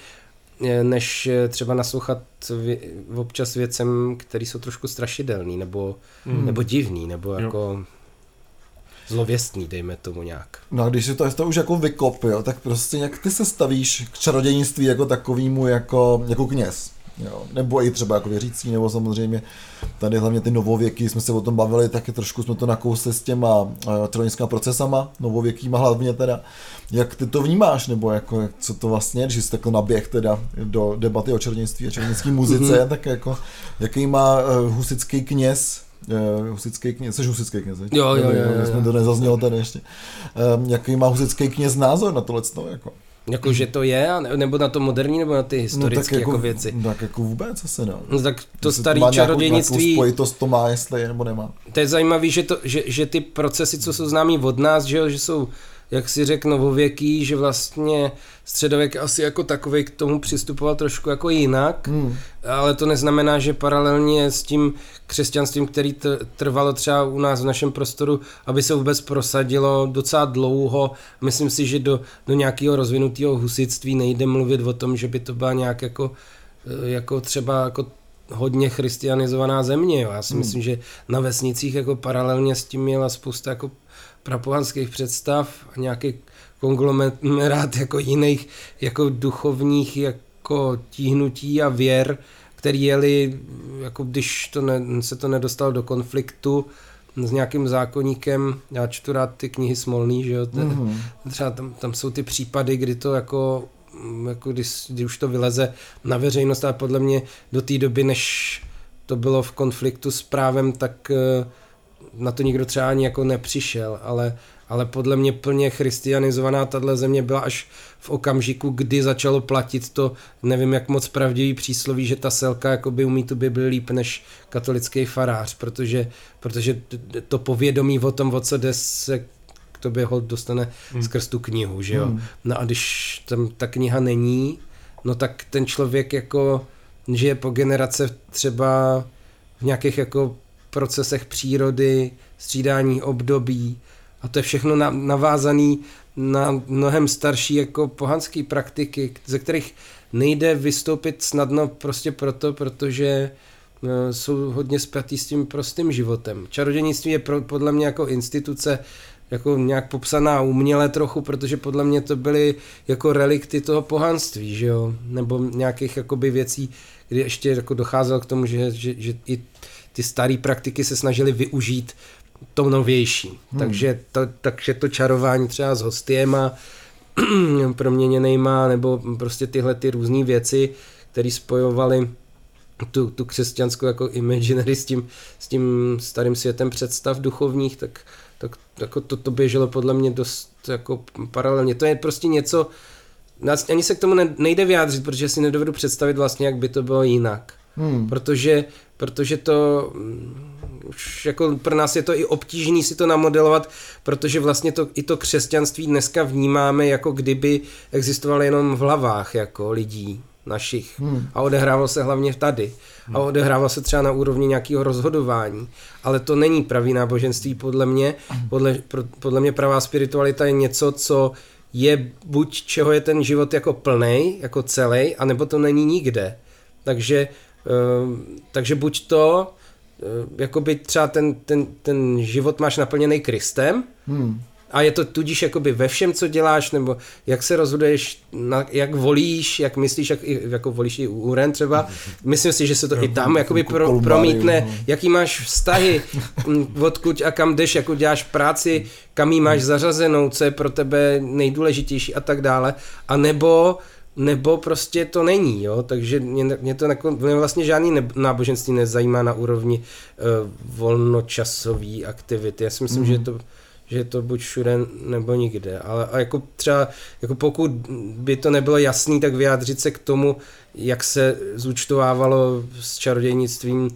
než třeba naslouchat vě, občas věcem, které jsou trošku strašidelný, nebo, mm. nebo divný, nebo jako jo. zlověstný, dejme tomu nějak. No a když si to, to už jako vykop, jo, tak prostě jak ty se stavíš k čarodějnictví jako takovýmu jako, jako kněz. Jo, nebo i třeba jako věřící, nebo samozřejmě tady hlavně ty novověky, jsme se o tom bavili, taky trošku jsme to nakousli s těma uh, čarodějnickými procesama, novověkýma hlavně teda. Jak ty to vnímáš, nebo jako, jak, co to vlastně, když jsi takhle naběh teda do debaty o čarodějnictví a čarodějnické muzice, mm-hmm. tak jako, jaký má uh, husický kněz, uh, husický kněz, jsi husický kněz, jo, jo, jo, jo, jo. Jsme to nezaznělo tady ještě, um, jaký má husický kněz názor na tohleto, jako? Jako, že to je, nebo na to moderní, nebo na ty historické no, jako, jako věci. Tak jako vůbec asi ne. No tak to staré čarodějnictví... Nějakou spojitost to má, jestli je, nebo nemá. To je zajímavé, že, to, že, že ty procesy, co jsou známý od nás, že, jo, že jsou, jak si řekl, novověký, že vlastně středověk asi jako takovej k tomu přistupoval trošku jako jinak, hmm. ale to neznamená, že paralelně s tím křesťanstvím, který t- trvalo třeba u nás v našem prostoru, aby se vůbec prosadilo docela dlouho. Myslím si, že do, do nějakého rozvinutého husitství nejde mluvit o tom, že by to byla nějak jako, jako třeba jako hodně christianizovaná země. Jo. Já si hmm. myslím, že na vesnicích jako paralelně s tím měla spousta jako prapohanských představ a nějaký konglomerát jako jiných jako duchovních jako tíhnutí a věr, který jeli, jako když to ne, se to nedostalo do konfliktu, s nějakým zákoníkem, já čtu rád ty knihy Smolný, že jo, mm-hmm. třeba tam, tam jsou ty případy, kdy to jako, jako když, když už to vyleze na veřejnost, ale podle mě do té doby, než to bylo v konfliktu s právem, tak na to nikdo třeba ani jako nepřišel, ale, ale podle mě plně christianizovaná tato země byla až v okamžiku, kdy začalo platit to, nevím jak moc pravdivý přísloví, že ta selka jakoby umí tu Bibli líp než katolický farář, protože, protože to povědomí o tom, o co jde, se k tobě holt dostane hmm. skrz tu knihu, že jo. Hmm. No a když tam ta kniha není, no tak ten člověk jako žije po generace třeba v nějakých jako procesech přírody, střídání období a to je všechno na, navázané na mnohem starší jako pohanské praktiky, ze kterých nejde vystoupit snadno prostě proto, protože uh, jsou hodně spjatý s tím prostým životem. Čarodějnictví je pro, podle mě jako instituce jako nějak popsaná uměle trochu, protože podle mě to byly jako relikty toho pohanství, že jo, nebo nějakých jakoby věcí, kdy ještě jako docházelo k tomu, že, že, že i ty staré praktiky se snažili využít to novější. Hmm. Takže, to, takže to čarování třeba s hostiema proměněnejma, nebo prostě tyhle ty různé věci, které spojovaly tu, tu křesťanskou jako imaginary s tím, s tím starým světem představ duchovních, tak, tak jako to, to běželo podle mě dost jako paralelně. To je prostě něco, ani se k tomu nejde vyjádřit, protože si nedovedu představit vlastně, jak by to bylo jinak. Hmm. Protože, protože to už jako pro nás je to i obtížný si to namodelovat, protože vlastně to, i to křesťanství dneska vnímáme, jako kdyby existovalo jenom v hlavách jako lidí našich. Hmm. A odehrávalo se hlavně tady. Hmm. A odehrávalo se třeba na úrovni nějakého rozhodování. Ale to není pravý náboženství podle mě. Podle, podle mě pravá spiritualita je něco, co je buď čeho je ten život jako plnej, jako celý, anebo to není nikde. Takže Uh, takže buď to, uh, jakoby třeba ten, ten, ten život máš naplněný Kristem hmm. a je to tudíž jakoby ve všem, co děláš, nebo jak se rozhoduješ, na, jak volíš, jak myslíš, jak, jako volíš i úren třeba. Myslím si, že se to no, i tam jakoby pro, promítne, no. Jaký máš vztahy, odkud a kam jdeš, jako děláš práci, kam jí máš zařazenou, co je pro tebe nejdůležitější a tak dále. A nebo nebo prostě to není, jo, takže mě, mě to jako, mě vlastně žádný ne, náboženství nezajímá na úrovni uh, volnočasové aktivity. Já si myslím, mm. že, je to, že je to buď všude nebo nikde, ale a jako třeba, jako pokud by to nebylo jasný, tak vyjádřit se k tomu, jak se zúčtovávalo s čarodějnictvím,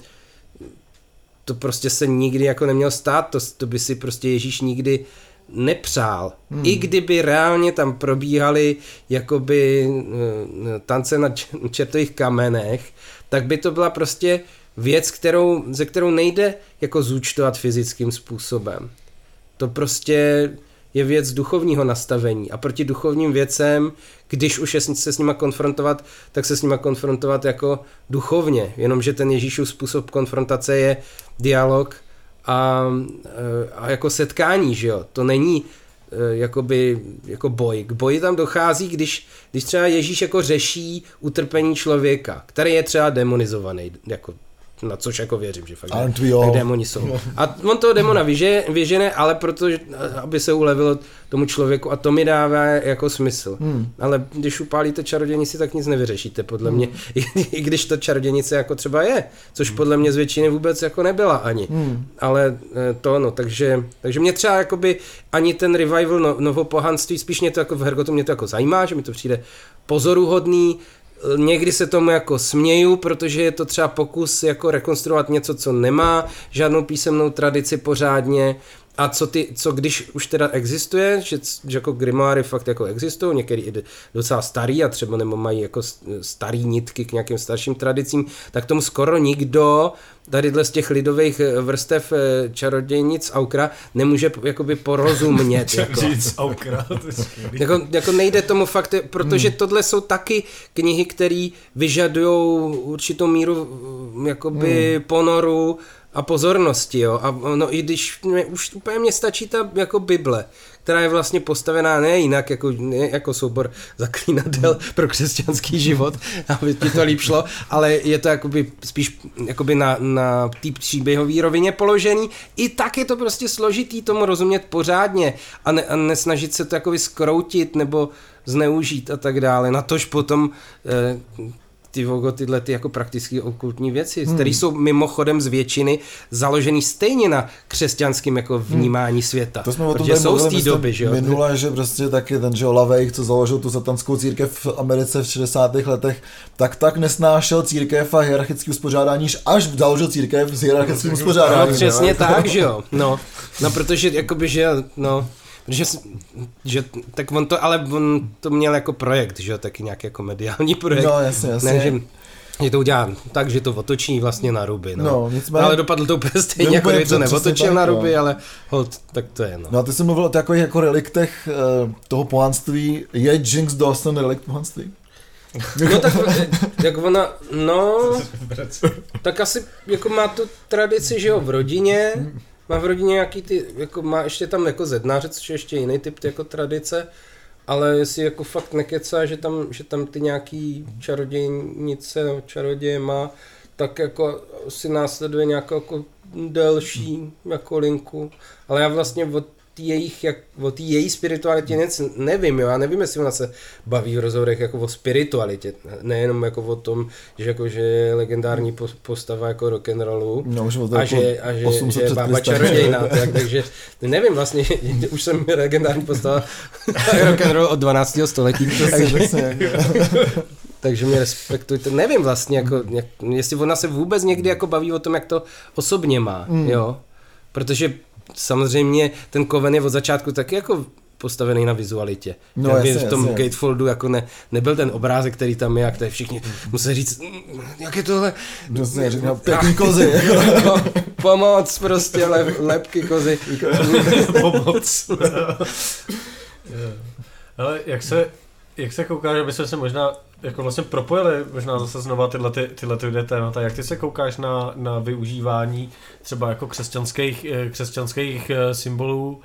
to prostě se nikdy jako nemělo stát, to, to by si prostě Ježíš nikdy nepřál. Hmm. I kdyby reálně tam probíhaly jakoby tance na čertových kamenech, tak by to byla prostě věc, kterou, ze kterou nejde jako zúčtovat fyzickým způsobem. To prostě je věc duchovního nastavení a proti duchovním věcem, když už je se s nima konfrontovat, tak se s nima konfrontovat jako duchovně, jenomže ten Ježíšův způsob konfrontace je dialog A, a jako setkání, že jo, to není jakoby, jako boj. K boji tam dochází, když, když třeba Ježíš jako řeší utrpení člověka, který je třeba demonizovaný, jako, na což jako věřím, že fakt tak démoni jsou. A on toho démona vyže, vyžene, ale protože, aby se ulevilo tomu člověku a to mi dává jako smysl. Hmm. Ale když upálíte čarodějnici, tak nic nevyřešíte, podle hmm. mě. I, I když to čarodějnice jako třeba je, což podle mě z většiny vůbec jako nebyla ani. Hmm. Ale to no, takže, takže mě třeba jakoby ani ten revival no, novopohanství, spíš mě to jako v Hergotu mě to jako zajímá, že mi to přijde pozoruhodný. Někdy se tomu jako směju, protože je to třeba pokus jako rekonstruovat něco, co nemá žádnou písemnou tradici pořádně a co, ty, co když už teda existuje, že, že jako grimoáry fakt jako existují, některý i docela starý a třeba nebo mají jako starý nitky k nějakým starším tradicím, tak tomu skoro nikdo tadyhle z těch lidových vrstev čarodějnic Aukra nemůže jakoby porozumět. jako. Aukra, jako, jako nejde tomu fakt, protože hmm. tohle jsou taky knihy, které vyžadují určitou míru jakoby hmm. ponoru a pozornosti, jo. A no i když mě, už úplně mě stačí ta jako Bible, která je vlastně postavená ne jinak jako, ne jako soubor zaklínadel pro křesťanský život, aby ti to líp šlo, ale je to jakoby spíš jakoby na, na té příběhové rovině položený. I tak je to prostě složitý tomu rozumět pořádně a, ne, a nesnažit se to jakoby skroutit nebo zneužít a tak dále. Natož potom eh, ty vogo, tyhle ty jako praktické okultní věci, hmm. které jsou mimochodem z většiny založený stejně na křesťanském jako vnímání hmm. světa. To jsme o tom protože jsou z té doby, že jo? Minule, že prostě taky ten, že Lavejk, co založil tu satanskou církev v Americe v šedesátých letech, tak tak nesnášel církev a hierarchické uspořádání, až založil církev s hierarchickým uspořádáním. No přesně tak, že jo. No, no protože jakoby, že no, Protože, že, tak on to, ale on to měl jako projekt, že jo, taky nějaký jako mediální projekt. No, jasně, jasně. Ne, že, že to udělá tak, že to otočí vlastně na ruby, no. no nicméně, ale dopadlo to úplně stejně, jako kdyby to neotočil tak, na ruby, no. Ale hold, tak to je, no. No a ty jsi mluvil o takových jako reliktech uh, toho pohanství. Je Jinx Dawson relikt pohanství? No tak, jak ona, no, tak asi jako má tu tradici, že jo, v rodině, má v rodině nějaký ty, jako má ještě tam jako zednáře, což je ještě jiný typ jako tradice, ale jestli jako fakt nekecá, že tam, že tam ty nějaký čarodějnice nebo čaroděje má, tak jako si následuje nějakou jako delší jako linku, ale já vlastně od jejich, jak, o té její spiritualitě nic nevím, jo, já nevím, jestli ona se baví v rozhovorech jako o spiritualitě, nejenom jako o tom, že, jako, že je legendární postava jako rock'n'rollu no, a, že, a že, že je bába čarodějná, tak, takže nevím vlastně, už jsem legendární postava rock'n'roll od dvanáctého století, takže, takže mě respektujte, nevím vlastně, jako, jak, jestli ona se vůbec někdy jako baví o tom, jak to osobně má, mm. jo, protože samozřejmě ten Coven je od začátku taky jako postavený na vizualitě. No, jasně, v tom jasně. Gatefoldu jako ne, nebyl ten obrázek, který tam je, jak to je všichni musí říct, jak je tohle? Jasně, říkám, pěkný kozy. No, pomoc prostě, lep, lepky kozy. Pomoc. Ale jak se, jak se koukáš, aby jsme se možná jako vlastně propojili možná zase znova tyhle, ty, tyhle ty dvě témata. Jak ty se koukáš na, na využívání třeba jako křesťanských, křesťanských symbolů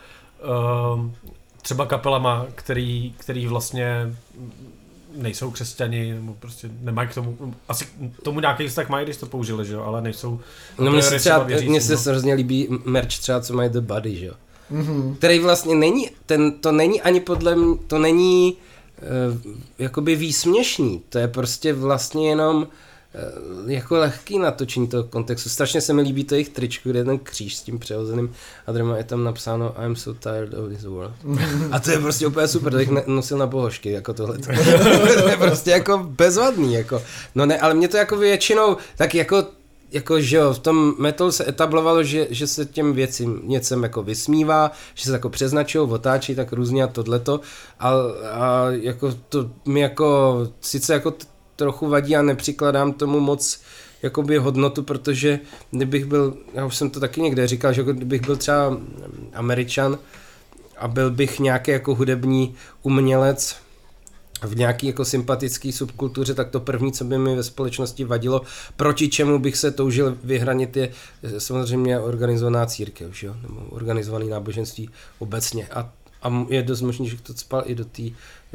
třeba kapelama, který, který vlastně nejsou křesťani, nebo prostě nemají k tomu, asi tomu nějaký vztah mají, když to použili, že jo, ale nejsou. No mně se třeba, mně se hrozně líbí merch třeba, co mají The Body, že jo. Mm-hmm. Který vlastně není, ten, to není ani podle mě, to není uh, jakoby výsměšný, to je prostě vlastně jenom uh, jako lehký natočení toho kontextu. Strašně se mi líbí to jejich tričko, kde je ten kříž s tím přehozeným adrema, je tam napsáno I'm so tired of this world. A to je prostě úplně super, to bych nosil na bohožky, jako tohle. To je prostě jako bezvadný, jako. No ne, ale mě to jako většinou, tak jako jako, že jo, v tom metalu se etablovalo, že, že se těm věcím něcem jako vysmívá, že se jako přeznačují, otáčí tak různě a tohleto a, a jako to mi jako sice jako t- trochu vadí a nepřikladám tomu moc jakoby hodnotu, protože kdybych byl, já už jsem to taky někde říkal, že kdybych byl třeba Američan a byl bych nějaký jako hudební umělec v nějaký jako sympatický subkultuře, tak to první, co by mi ve společnosti vadilo, proti čemu bych se toužil vyhranit, je samozřejmě organizovaná církev, že jo? Nebo organizované náboženství obecně. A, a je dost možný, že to spal i do té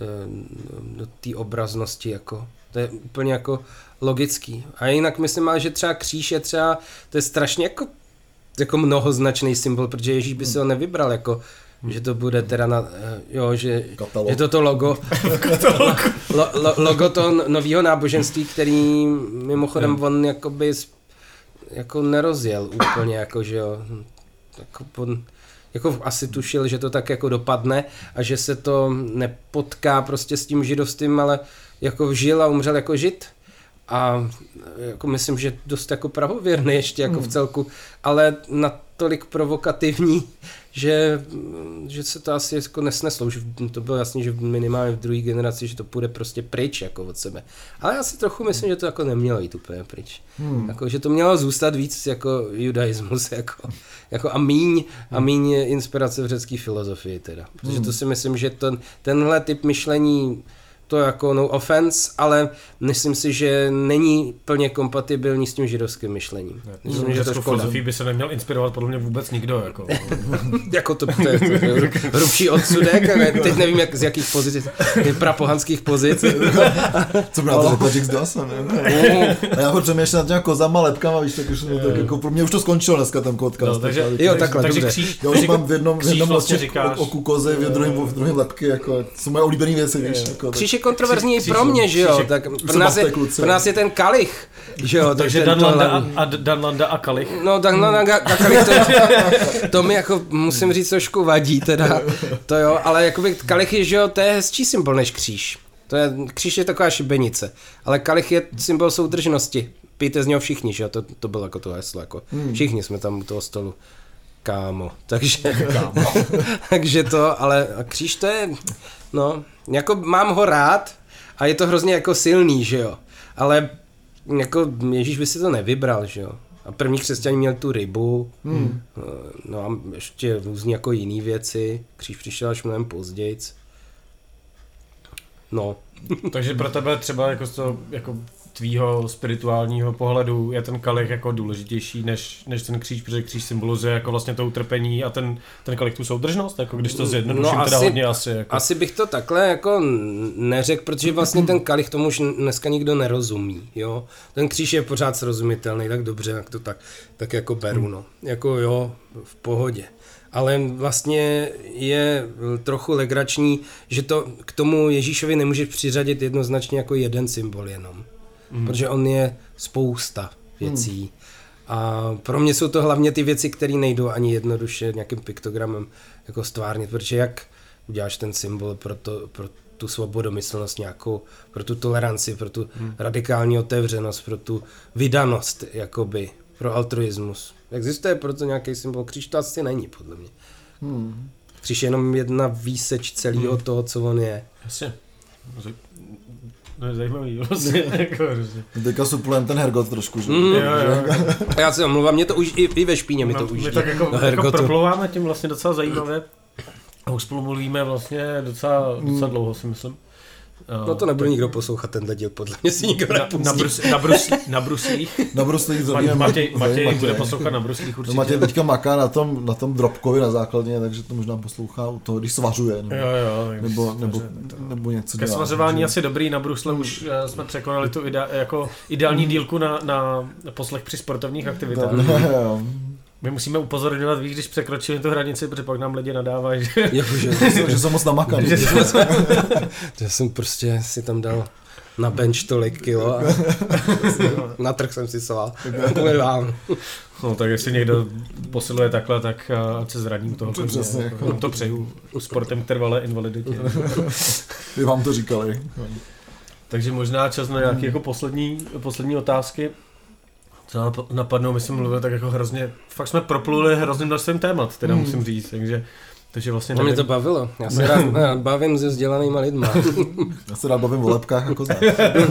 do té obraznosti, jako. To je úplně jako logický. A jinak myslím, že třeba kříž je třeba, to je strašně jako, jako mnohoznačný symbol, protože Ježíš by se ho nevybral jako Hmm. že to bude teda na, jo, že je to to logo, lo, lo, logo toho nového náboženství, který mimochodem hmm. on jakoby jako nerozjel úplně, jako že jo, jako, on, jako asi tušil, že to tak jako dopadne a že se to nepotká prostě s tím židovstvím, ale jako žil a umřel jako žid. A jako myslím, že dost jako pravověrný ještě jako v celku, ale natolik provokativní, že, že se to asi jako nesneslo. Už to bylo jasný, že minimálně v druhé generaci, že to půjde prostě pryč jako od sebe. Ale já si trochu myslím, že to jako nemělo jít úplně pryč. Hmm. Jako, že to mělo zůstat víc jako judaismus jako, jako a míň a míň inspirace v řecké filozofii teda. Protože to si myslím, že to, tenhle typ myšlení to jako no offense, ale myslím si, že není plně kompatibilní s tím židovským myšlením. Myslím, hmm, že to filozofii by se neměl inspirovat podle mě vůbec nikdo. Jako, jako to, to je to, hrubší odsudek, ale teď nevím, jak, z jakých pozic, prapohanských pozic. Co by na to řekl Jax Dawson, ne? A já ho přemýšlím nad těma kozama, lepkama, víš, tak už no, tak jako pro mě už to skončilo dneska ten podcast. No, takže, jo, takhle, takže dobře. Kříž, já už mám v jednom, v jednom vlastně říkáš, oku kozy, v druhém, v druhém lepky, jako, jsou moje oblíbené věci, víš. Jako, Kříž je kontroverzní i pro mě, že jo, tak pro nás, je, pro nás je ten kalich, že jo. Takže Dan Landa a, a Dan Landa a kalich. No, Dan Landa a kalich, to, to mi jako musím říct trošku vadí teda, to jo, ale jakoby kalich je, že jo, to je hezčí symbol než kříž. To je, kříž je taková šibenice, ale kalich je symbol soudržnosti. Pijte z něho všichni, že jo, to, to bylo jako to heslo, jako hmm. všichni jsme tam u toho stolu. Kámo, takže, Kámo. takže to, ale kříž to je, no, jako mám ho rád a je to hrozně jako silný, že jo, ale jako Ježíš by si to nevybral, že jo. A první křesťané měli tu rybu, hmm. no a ještě různý jako jiný věci, kříž přišel až mnohem později. No. Takže pro tebe třeba jako z toho, jako tvýho spirituálního pohledu je ten kalich jako důležitější než, než ten kříž, protože kříž symbolizuje jako vlastně to utrpení a ten, ten kalich tu soudržnost, jako když to zjednoduším, no teda asi, hodně asi. Jako. Asi bych to takhle jako neřekl, protože vlastně ten kalich tomu už dneska nikdo nerozumí, jo. Ten kříž je pořád srozumitelný, tak dobře, tak to tak, tak jako beru, no. Jako jo, v pohodě. Ale vlastně je trochu legrační, že to k tomu Ježíšovi nemůžeš přiřadit jednoznačně jako jeden symbol jenom. Mm. Protože on je spousta věcí. Mm. A pro mě jsou to hlavně ty věci, které nejdou ani jednoduše nějakým piktogramem jako stvárnit, protože jak uděláš ten symbol pro, to, pro tu svobodomyslnost nějakou, pro tu toleranci, pro tu mm. radikální otevřenost, pro tu vydanost, jakoby, pro altruismus. Existuje proto nějaký symbol? Kříž to asi není, podle mě. Hmm. Kříž je jenom jedna výseč celého hmm. toho, co on je. Jasně. No je zajímavý, vlastně. Teďka suplujeme ten Hergot trošku, že? Mm. Jo, jo. Já se omluvám, mě to už i, i ve špíně mi to už My tak jako, jako proplouváme tím vlastně docela zajímavé. A už spolu mluvíme vlastně docela, docela mm. dlouho, si myslím. No to nebude tak... nikdo poslouchat tenhle díl, podle mě si nikdo nepustí. Na, brus, na, brus, na bruslích. Na bruslích Matěj, Matěj, Matěj bude poslouchat na bruslích určitě. No, Matěj teďka maká na tom, na tom Dropkovi na základně, takže to možná poslouchá u toho, když svařuje. Nebo, jo, jo, nebo, nebo, nebo něco Ke dělá. Ke svařování asi dobrý, na brusle už jsme překonali tu ide, jako ideální dílku na, na poslech při sportovních aktivitách. To, jo, jo. My musíme upozorňovat, víš, když překročíme tu hranici, protože pak nám lidi nadávají, že... Jakože, že jsem moc namakaný. Že jsem prostě si tam dal na bench tolik kilo a na trh jsem si sval. No tak jestli někdo posiluje takhle, tak ať se zraní u toho. To přesně. Jako, jako, to přeju sportem trvalé invaliditě. Vy vám to říkali. Takže možná čas na nějaké jako poslední, poslední otázky. Co napadnou, my jsme mluvili tak jako hrozně, fakt jsme propluli hrozným množstvím témat, teda mm. musím říct, takže, takže vlastně nevím. Mě to bavilo, já se rád, rád bavím se vzdělanýma lidma. Já se rád bavím o lepkách jako znáš.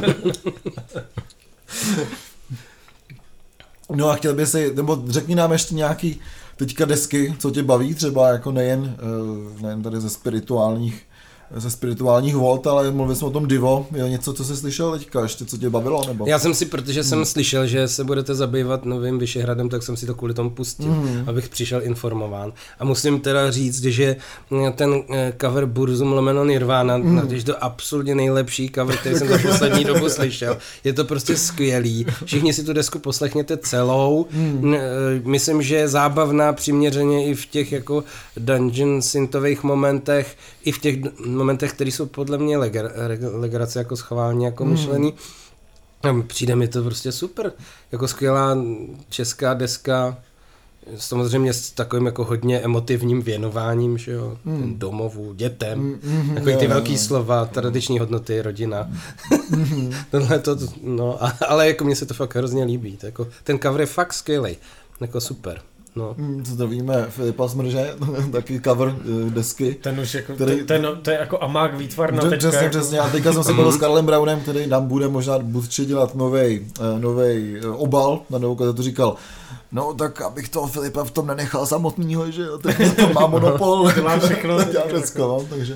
No a chtěl by si, nebo řekni nám ještě nějaký teďka desky, co tě baví, třeba jako nejen, nejen tady ze spirituálních ze spirituálních volt, ale mluvili jsme o tom Divo, je něco, co jsi slyšel teďka, ještě co tě bavilo, nebo? Já jsem si, protože jsem hmm. slyšel, že se budete zabývat novým Vyšehradem, tak jsem si to kvůli tomu pustil, hmm. abych přišel informován. A musím teda říct, že ten cover Burzum lomeno Nirvana, hmm. když to absolutně nejlepší cover, který jsem za poslední dobu slyšel. Je to prostě skvělý. Všichni si tu desku poslechněte celou. Hmm. Myslím, že je zábavná přiměřeně i v těch jako dungeon synthových momentech, i v těch momentech, které jsou podle mě leger, legrace jako schválně jako mm. myšlený. Přijde mi to prostě super. Jako skvělá česká deska, samozřejmě s takovým jako hodně emotivním věnováním, že jo, mm. domovu, dětem, mm, mm, jako ty velký no. slova, tradiční hodnoty, rodina. Mm. Tohle to, no, ale jako mně se to fakt hrozně líbí. Jako, ten cover je fakt skvělej, jako super. No. Zdravíme Filipa Smrže, taky cover desky. Ten už jako, který, ten, ten, to je jako amák výtvarná tečka. Přesně, jako... přesně. A teďka jsem se byl s Karlem Brownem, který nám bude možná budče dělat novej, novej obal, na novou kazetu říkal, no tak abych toho Filipa v tom nenechal samotnýho, že jo, ten to má monopol. Dělá všechno. Dělá všechno, no, takže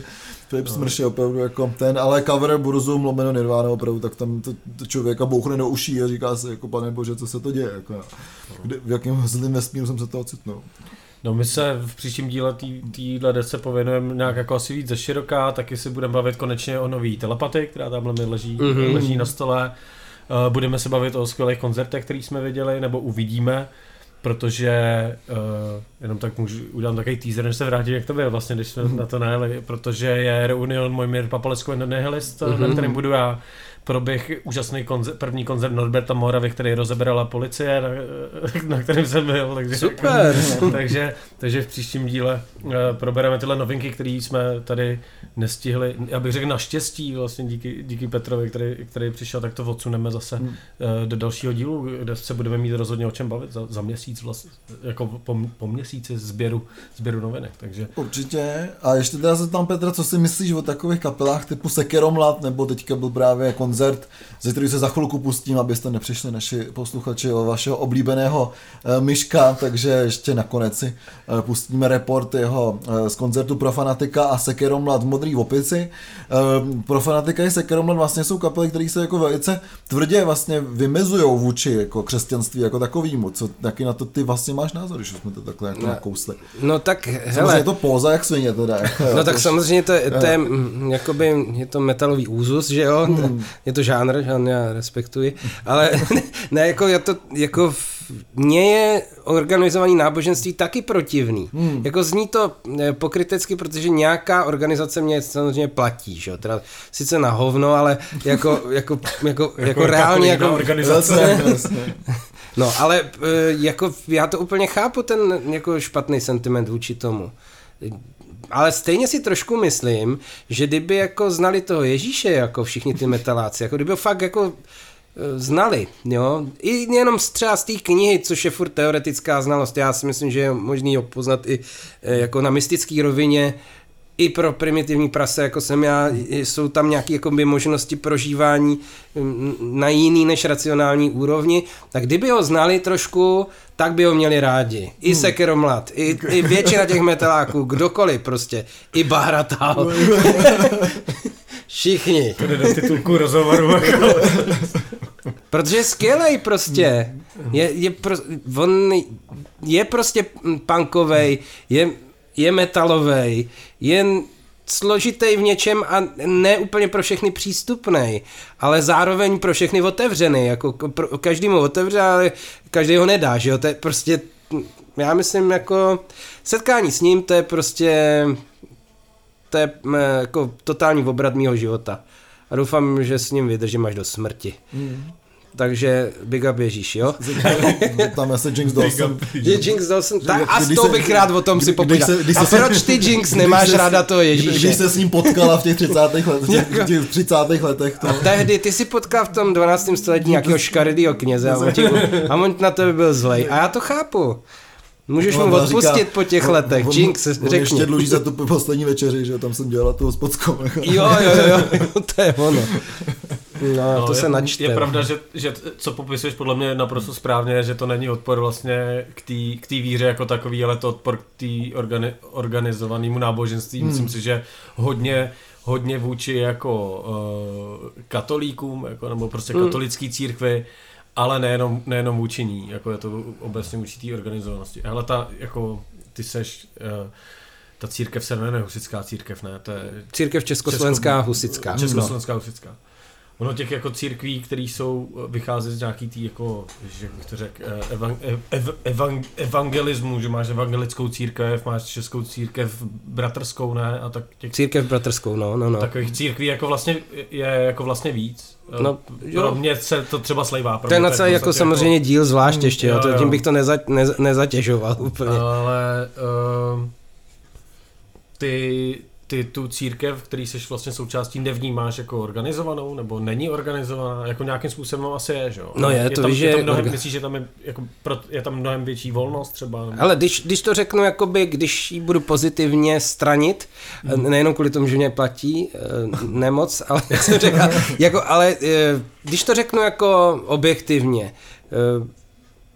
Filip Smrš je opravdu jako ten, ale cover Burzum lomeno Nirvana opravdu, tak tam to, to člověka bouchne do uší a říká se jako pane bože, co se to děje, jako, kde, v jakém zlým vesmíru jsem se toho ocitnul. No my se v příštím díle téhle desce pověnujeme nějak jako asi víc ze široká, taky si budeme bavit konečně o nový telepatii, která tam leží, mm-hmm. leží na stole. Uh, budeme se bavit o skvělých koncertech, který jsme viděli, nebo uvidíme, protože uh, jenom tak můžu udělat takový teaser, než se vrátím, jak to bylo vlastně, když jsme mm-hmm. na to najeli, protože je reunion Mojmír Papalescu and the Nihilist, mm-hmm. na kterém budu já. Proběh úžasný koncert, první koncert Norberta Moravy, který rozebrala policie, na, na kterém jsem byl. Takže, super! takže, takže v příštím díle uh, probereme tyhle novinky, které jsme tady nestihli. Já bych řekl naštěstí, vlastně díky, díky Petrovi, který, který přišel, tak to odsuneme zase uh, do dalšího dílu, kde se budeme mít rozhodně o čem bavit za, za měsíc, vlastně, jako po, po měsíci sběru, sběru novinek. Takže. Určitě. A ještě teda se tam, Petra, co si myslíš o takových kapelách typu Sekeromlat, nebo teďka byl právě koncert, ze který se za chvilku pustím, abyste nepřišli naši posluchači o vašeho oblíbeného uh, Myška, takže ještě nakonec si uh, pustíme report jeho uh, z koncertu Profanatika a Sekeromlat v Modrý opici. Uh, Profanatika i Sekeromlat vlastně jsou kapely, které se jako velice tvrdě vlastně vymezujou vůči jako křesťanství jako takovýmu. Co taky na to ty vlastně máš názor, když jsme to takhle jako no, nakousli? No tak, hele. Samozřejmě je to póza jak svině teda. Jako, no tak samozřejmě to je, to je, jakoby, je to metalový úzus, že jo? Hmm. Je to žánr, žánr já respektuji, ale ne, jako, já to, jako mně je organizovaný náboženství taky protivný. Hmm. Jako zní to pokrytecky, protože nějaká organizace mě samozřejmě platí, že jo? Teda sice na hovno, ale jako, jako, jako, jako, jako reálně jako organizace. No, ale jako já to úplně chápu, ten jako špatný sentiment vůči tomu. Ale stejně si trošku myslím, že kdyby jako znali toho Ježíše, jako všichni ty metaláci, jako kdyby ho fakt jako znali, jo, i jenom třeba z té knihy, což je furt teoretická znalost, já si myslím, že je možný ho poznat i jako na mystické rovině, i pro primitivní prase, jako jsem já, jsou tam nějaké jakoby možnosti prožívání na jiný než racionální úrovni, tak kdyby ho znali trošku, tak by ho měli rádi. I hmm. Sekeromlat, i, i většina těch metaláků, kdokoliv prostě, i Bahratal. Všichni. To jde do titulku rozhovoru. Protože je skvělej prostě. Je, je, pro, on je prostě punkovej, je je metalovej, je složitý v něčem a ne úplně pro všechny přístupnej, ale zároveň pro všechny otevřený, jako pro, každý mu otevře, ale každý ho nedá, že jo, to je prostě, já myslím jako setkání s ním, to je prostě, to je jako totální obrat mýho života a doufám, že s ním vydržím až do smrti. Mm. Takže Big Up Ježíš, jo? Tam je se Jinx Dawson. Jinx Dawson, tak a s tou bych rád o tom si popovídal. A proč ty Jinx nemáš ráda toho Ježíše? Když se s ním potkala v těch třicátých letech. V těch třicátých letech to. A tehdy ty si potkal v tom dvanáctém století nějakého škaredýho kněze a on, tě, a on na tebe byl zlej. A já to chápu. Můžeš no, mu odpustit říká, po těch letech, on, Jinx, on, řekni. On ještě dluží za tu poslední večeři, že tam jsem dělala tu hospodskou. Jo, jo, jo, to je ono. No, no to se je, načte. Je pravda, že, že co popisuješ podle mě naprosto správně, že to není odpor vlastně k té k víře jako takový, ale to odpor k té organi, organizovanému náboženství. Hmm. Myslím si, že hodně hodně vůči jako uh, katolíkům, jako, nebo prostě hmm. katolický církvi, ale nejenom, nejenom vůči ní, jako je to obecně vůči té organizovanosti. Ale ta, jako, ty seš... Uh, ta církev se jmenuje husitská církev, ne? To je církev československá Česko, husitská. Československá husitská. Ono těch jako církví, které jsou, vychází z nějaký tý jako, jak bych to řekl, evan, ev, evan, evangelismu, že máš evangelickou církev, máš českou církev bratrskou, ne? A tak těch, církev bratrskou, no, no, no. Takových církví jako vlastně je jako vlastně víc. No, pro mě se to třeba slejvá. To je na celý jako samozřejmě jako, díl zvlášť ještě, jo, jo, jo. Tím bych to neza, neza, nezatěžoval úplně. Ale uh, ty... ty tu církev, který jsi vlastně součástí, nevnímáš jako organizovanou, nebo není organizovaná, jako nějakým způsobem asi je, že jo? No je, je to tam, víš, je že... Tam mnohem, myslíš, že tam je, jako, je tam mnohem větší volnost třeba? Nebo... Ale když, když to řeknu, jakoby, když ji budu pozitivně stranit, hmm. nejenom kvůli tomu, že mě platí, nemoc, ale jak jsem řekl, jako, ale když to řeknu jako objektivně,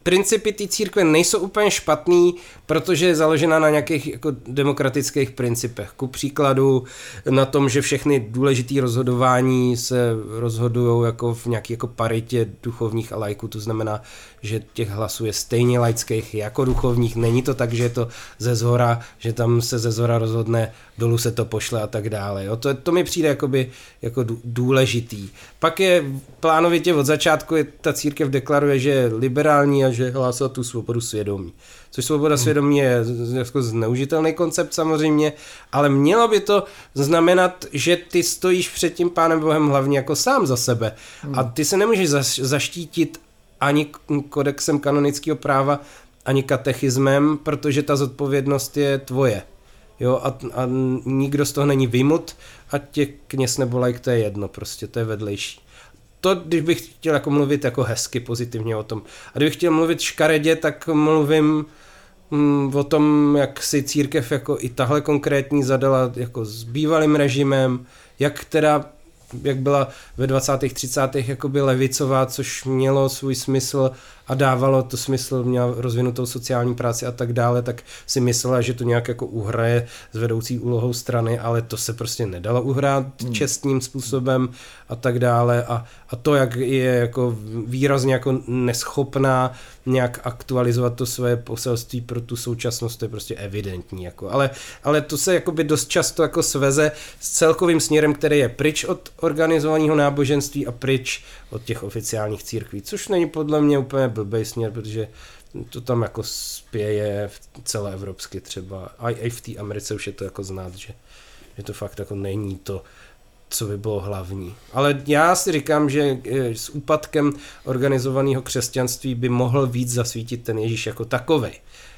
principy té církve nejsou úplně špatný, protože je založena na nějakých jako demokratických principech. Ku příkladu na tom, že všechny důležité rozhodování se rozhodují jako v nějaké jako paritě duchovních a laiků, to znamená, že těch hlasů je stejně laických jako duchovních. Není to tak, že je to ze zhora, že tam se ze zhora rozhodne, dolů se to pošle a tak dále. Jo? To, to mi přijde jakoby, jako důležitý. Pak je plánovitě od začátku je, ta církev deklaruje, že je liberální a že hlásá tu svobodu svědomí. Což svoboda svědomí je jako zneužitelný koncept samozřejmě, ale mělo by to znamenat, že ty stojíš před tím Pánem Bohem hlavně jako sám za sebe. A ty se nemůžeš zaš, zaštítit ani kodexem kanonického práva, ani katechismem, protože ta zodpovědnost je tvoje. Jo, a, a nikdo z toho není vymut, ať tě kněz nebo laik, to je jedno, prostě to je vedlejší. To, když bych chtěl jako mluvit jako hezky, pozitivně o tom. A když bych chtěl mluvit škaredě, tak mluvím mm, o tom, jak si církev jako i tahle konkrétní zadala jako s bývalým režimem, jak teda jak byla ve dvacátých třicátých jakoby levicová, což mělo svůj smysl a dávalo to smysl, měla rozvinutou sociální práci a tak dále, tak si myslela, že to nějak jako uhraje s vedoucí úlohou strany, ale to se prostě nedalo uhrát hmm. čestným způsobem a tak dále a, a to, jak je jako výrazně jako neschopná nějak aktualizovat to své poselství pro tu současnost, to je prostě evidentní, jako. Ale, ale to se jakoby dost často jako sveze s celkovým směrem, který je pryč od organizovaného náboženství a pryč od těch oficiálních církví, což není podle mě úplně blbej směr, protože to tam jako spěje celé evropsky třeba, a i v té Americe už je to jako znát, že, že to fakt jako není to, co by bylo hlavní. Ale já si říkám, že s úpadkem organizovaného křesťanství by mohl víc zasvítit ten Ježíš jako takovej.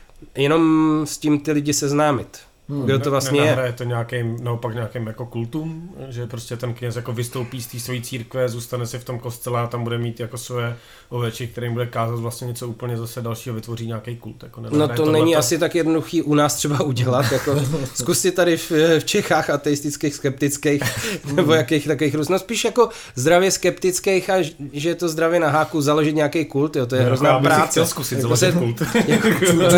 Jenom s tím ty lidi seznámit. Hmm. Kdo to vlastně ne, je? To nějakým, naopak nějakým jako kultům, že prostě ten kněz jako vystoupí z té své církve, zůstane si v tom kostele a tam bude mít jako svoje ovečky, kterým bude kázat vlastně něco úplně zase dalšího, vytvoří nějaký kult. Jako no to není to... asi tak jednoduchý u nás třeba udělat, jako zkusit tady v, v Čechách ateistických, skeptických nebo jakých takových různých, no spíš jako zdravě skeptických a že je to zdravě na háku založit nějaký kult, jo, to je no, hrozná já práce. Chtěl zkusit založit kult. Jako,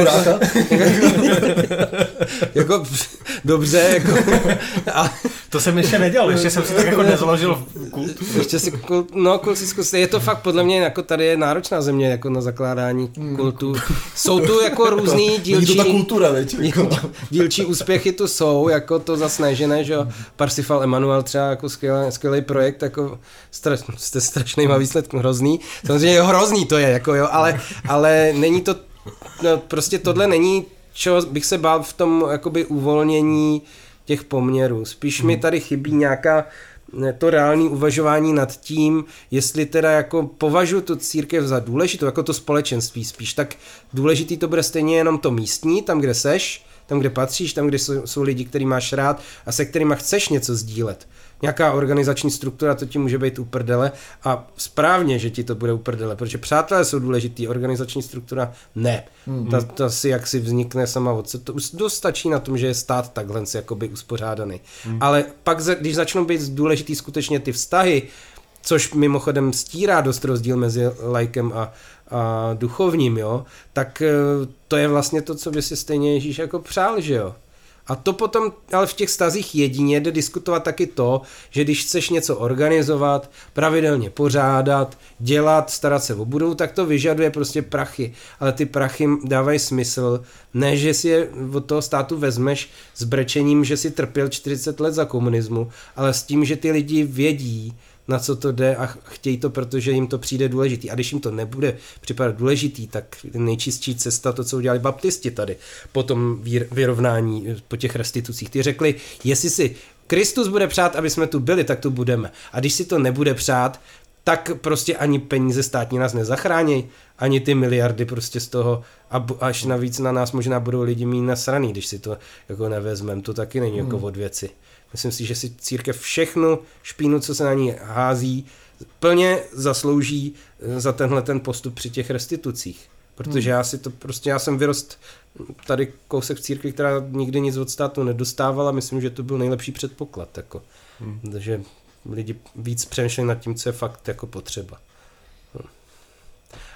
jako dobře, jako... A... To jsem ještě nedělal, ještě jsem si tak jako nezaložil kult. Ještě si kult, no kult si zkusit, je to fakt podle mě, jako tady je náročná země, jako na zakládání kultu. Jsou tu jako různý dílčí... Není to ta kultura, veď? Dílčí úspěchy tu jsou, jako to zas ne, že ne, že jo. Parsifal Emanuel třeba jako skvělý, skvělý projekt, jako straš, jste strašný, má výsledek hrozný. Samozřejmě hrozný to je, jako jo, ale, ale není to, no, prostě tohle není, čeho bych se bál v tom jakoby uvolnění těch poměrů. Spíš mi tady chybí nějaká to reální uvažování nad tím, jestli teda jako považuji tu církev za důležitou, jako to společenství spíš, tak důležitý to bude stejně jenom to místní, tam, kde seš, tam, kde patříš, tam, kde jsou, jsou lidi, který máš rád a se kterýma chceš něco sdílet. Nějaká organizační struktura, to ti může být uprdele a správně, že ti to bude uprdele, protože přátelé jsou důležitý, organizační struktura ne. Mm-hmm. Ta, ta si jaksi vznikne sama od sebe. To už dost stačí na tom, že je stát takhle jakoby uspořádaný. Mm. Ale pak, když začnou být důležitý skutečně ty vztahy, což mimochodem stírá dost rozdíl mezi laikem a, a duchovním, jo, tak to je vlastně to, co by si stejně Ježíš jako přál, že jo. A to potom, ale v těch stazích jedině jde diskutovat taky to, že když chceš něco organizovat, pravidelně pořádat, dělat, starat se o budovu, tak to vyžaduje prostě prachy. Ale ty prachy dávají smysl, ne, že si je od toho státu vezmeš s brečením, že si trpěl čtyřicet let za komunismu, ale s tím, že ty lidi vědí, na co to jde a chtějí to, protože jim to přijde důležitý. A když jim to nebude připadat důležitý, tak nejčistší cesta, to, co udělali baptisti tady, po tom vyrovnání, po těch restitucích. Ty řekli, jestli si Kristus bude přát, aby jsme tu byli, tak tu budeme. A když si to nebude přát, tak prostě ani peníze státní nás nezachrání, ani ty miliardy prostě z toho, a až navíc na nás možná budou lidi mít nasraný, když si to jako nevezmeme, to taky není hmm. jako od věci. Myslím si, že si církev všechnu špínu, co se na ní hází, plně zaslouží za tenhle ten postup při těch restitucích. Protože hmm. já si to prostě, já jsem vyrost tady kousek v církvi, která nikdy nic od státu nedostávala, myslím, že to byl nejlepší předpoklad. Jako. Hmm. Takže lidi víc přemýšleli nad tím, co je fakt jako potřeba.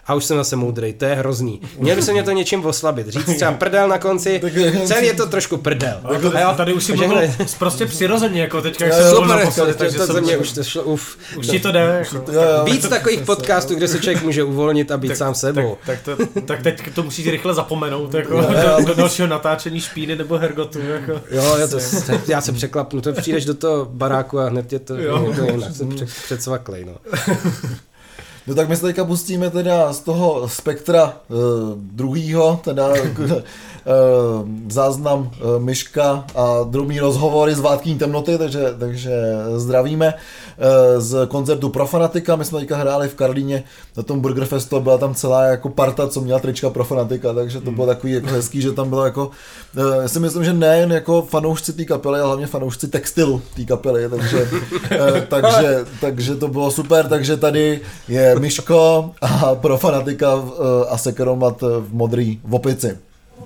a už jsem zase moudrej, to je hrozný. Měl by se mě to něčím oslabit, říct třeba prdel na konci, celý je to trošku prdel. A tady už si mluvil prostě přirozeně, jako teďka, jak se super, super, naposledy, takže to, to mě už to šlo, uf. Už ti to jde, jako. Víc takových podcastů, kde se člověk může uvolnit a být tak, sám sebou. Tak, tak, to, tak teď to musíš rychle zapomenout, jako do, do dalšího natáčení Špíny nebo Hergotu, jako. Jo, jo, to, já se překlapnu, to přijdeš do toho baráku a hned je to, je to jinak, se předsvaklej, no. No tak my se teďka pustíme teda z toho spektra uh, druhýho, teda uh, záznam uh, Myška a druhý rozhovory z Vládkyní temnoty, takže, takže zdravíme uh, z koncertu Profanatika. My jsme teďka hráli v Karlíně na tom Burgerfestu, byla tam celá jako parta, co měla trička Profanatika, takže to bylo takový jako hezký, že tam bylo jako, uh, já si myslím, že nejen jako fanoušci té kapely, ale hlavně fanoušci textilu té kapely, takže, uh, takže, takže to bylo super, takže tady je Myško a Profanatika uh, a Sekeromat v modrý v opici.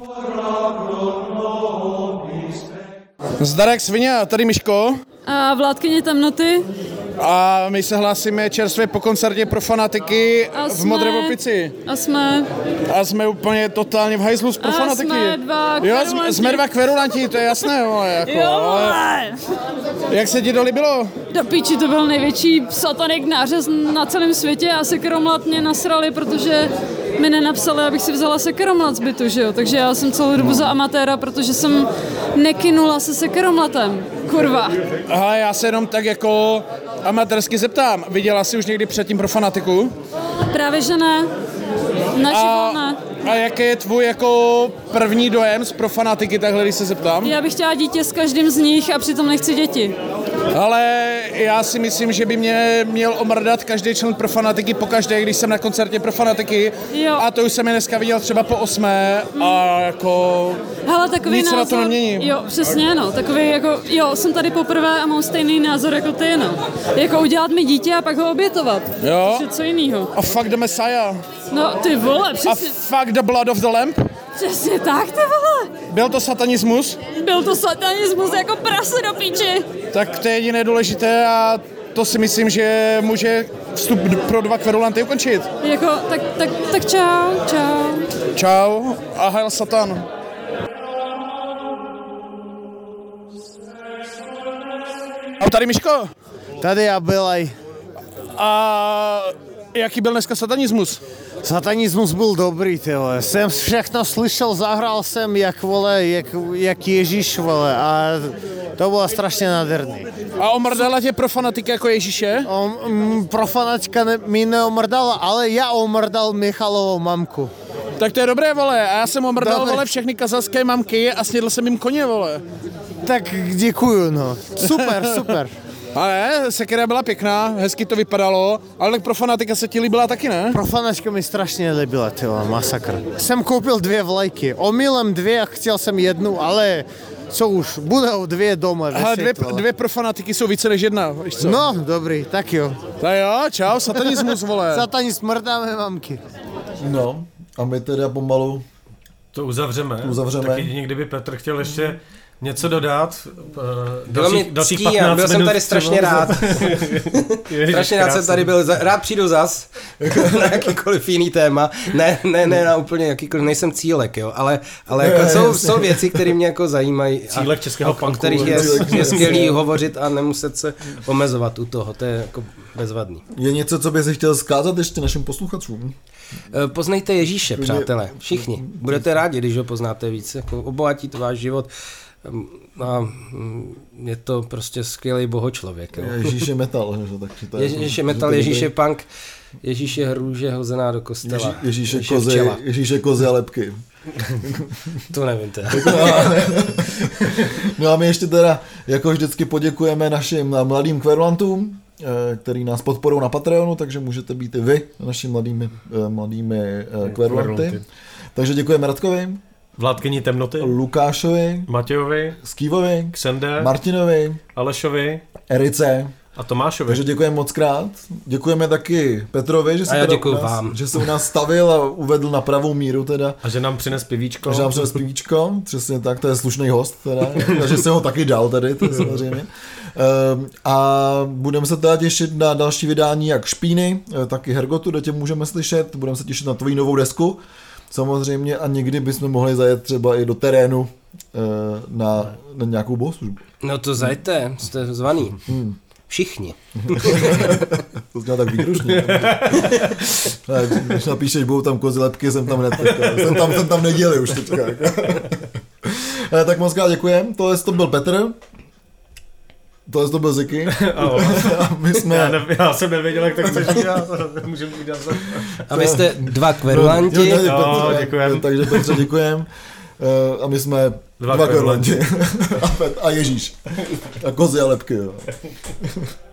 Zdarek svině, tady Myško. A Vládkyně temnoty. A my se hlásíme čerstvě po koncertě Profanatiky v jsme, Modré opici. A jsme... A jsme úplně totálně v hajzlu z Profanatiky. A jsme dva kverulanti. Jo, jsme dva kverulanti, to je jasné, vole, jako, jo, ale... Jak se ti to líbilo? Do píči, to byl největší satanik nářez na celém světě a Sekeromlat mě nasrali, protože mi nenapsali, abych si vzala Sekeromlat z bytu, že jo? Takže já jsem celou dobu za amatéra, protože jsem nekynula se Sekeromlatem. Kurva. Aha, já se jenom tak jako amatérsky zeptám. Viděla jsi už někdy předtím Profanatiku? Právě že ne. Naživo ne. A jaký je tvůj jako první dojem z Profanatiky, takhle když se zeptám? Já bych chtěla dítě s každým z nich a přitom nechci děti. Ale já si myslím, že by mě měl omrdat každý člen Profanatiky pokaždé, když jsem na koncertě Profanatiky. Jo. A to už jsem je dneska viděl třeba po osmé a jako hele, takový nic názor, na to nemění. Jo, přesně, no. Takový jako, jo, jsem tady poprvé a mám stejný názor jako ty, no. Jako udělat mi dítě a pak ho obětovat. Jo. To je co jinýho. A fuck the Messiah. No, ty vole, přesně. A fuck the blood of the lamp. Přesně tak, ty vole. Byl to satanismus? Byl to satanismus jako prase do píči. Tak to je jediné důležité a to si myslím, že může vstup pro dva kverulanty ukončit. Jako, tak, tak, tak čau, čau. Čau a heil Satan. A tady Myško. Tady já byl aj. A jaký byl dneska satanismus? Satanismus byl dobrý, ty vole. Jsem všechno slyšel, zahral jsem jak, vole, jak, jak Ježíš, vole, a to bylo strašně nádherný. A omrdala tě Profanatika jako Ježíše? O, m, Profanatika ne, mi neomrdala, ale já omrdal Michalovou mamku. Tak to je dobré, vole, a já jsem omrdal, Dobrý. vole, všechny kazachské mamky a snědl jsem jim koně, vole. Tak děkuju, no. Super, super. Ale sekera byla pěkná, hezky to vypadalo, ale tak Profanatika se ti líbila taky, ne? Profanačka mi strašně líbila, ty vole, masakr. Jsem koupil dvě vlajky, omylem dvě a chtěl jsem jednu, ale co už, budou dvě doma. Aha, dvě, dvě Profanatiky jsou více než jedna, víš co? No, dobrý, tak jo. Tak jo, čau, satanismus, vole. Satanismus, mrdáme mamky. No, a my teda pomalu To uzavřeme. To uzavřeme. Tak jedině, kdyby Petr chtěl ještě něco dodat. Bylo mi ctí, já byl jsem tady strašně rád. Strašně rád jsem tady byl, rád přijdu zas na jakýkoliv jiný téma. Ne, ne, ne na úplně jakýkoliv, nejsem cílek, jo, ale, ale jako jsou, jsou věci, které mě jako zajímají. Cílek českého punku. O kterých je, je skvělý hovořit a nemuset se omezovat u toho, to je jako bezvadný. je něco, co bys chtěl vzkázat ještě našim posluchačům? Poznejte Ježíše, přátelé, všichni. Budete rádi, když ho poznáte víc, jako obohatí to váš život. A je to prostě skvělý bohočlověk. Jo. Ježíš je metal. Že? Takže to je Ježíš je metal, Ježíš je punk, Ježíš je hrůže hozená do kostela. Ježíš je kozy, Ježíš je kozy a lepky. To nevím teda. No a my ještě teda jako vždycky poděkujeme našim mladým kverulantům, který nás podporují na Patreonu, takže můžete být i vy našimi mladými, mladými kverulanty. Takže děkujeme Radkovi, Vládkyni temnoty, Lukášovi, Matějovi, Skývovi, Ksende, Martinovi, Alešovi, Erice, A Tomášovi. Takže děkujeme moc krát. Děkujeme taky Petrovi, že se, A já teda děkuju u nás, vám. že se u nás stavil a uvedl na pravou míru teda. A že nám přines pivíčko. A že nám přines pivíčko, přesně tak, to je slušný host teda. Takže jsem ho taky dal tady, to je samozřejmě. Um, a budeme se teda těšit na další vydání jak Špíny, tak i Hergotu, kde tě můžeme slyšet. Budeme se těšit na tvoji novou desku. Samozřejmě a někdy bychom mohli zajet třeba i do terénu uh, na, na nějakou bohoslužbu. No to zajďte, jste zvaný. Hmm. Všichni. To znělo tak výkrušně. Když napíšeš, budou tam kozy lepky, jsem tam hned. Jsem tam, jsem tam neděli už teďka. Tak moc krát děkujem. Tohle to byl Petr. Tohle to byl Ziky. A my jsme... já, ne, já jsem nevěděl, jak to chceš dělat. Můžeme udělat za... A vy jste dva kverulanti. Jo, Jo, děkujem. Takže Petře děkujem. A my jsme dva, dva kverulanti. A, a Ježíš. A kozy a lepky. Jo.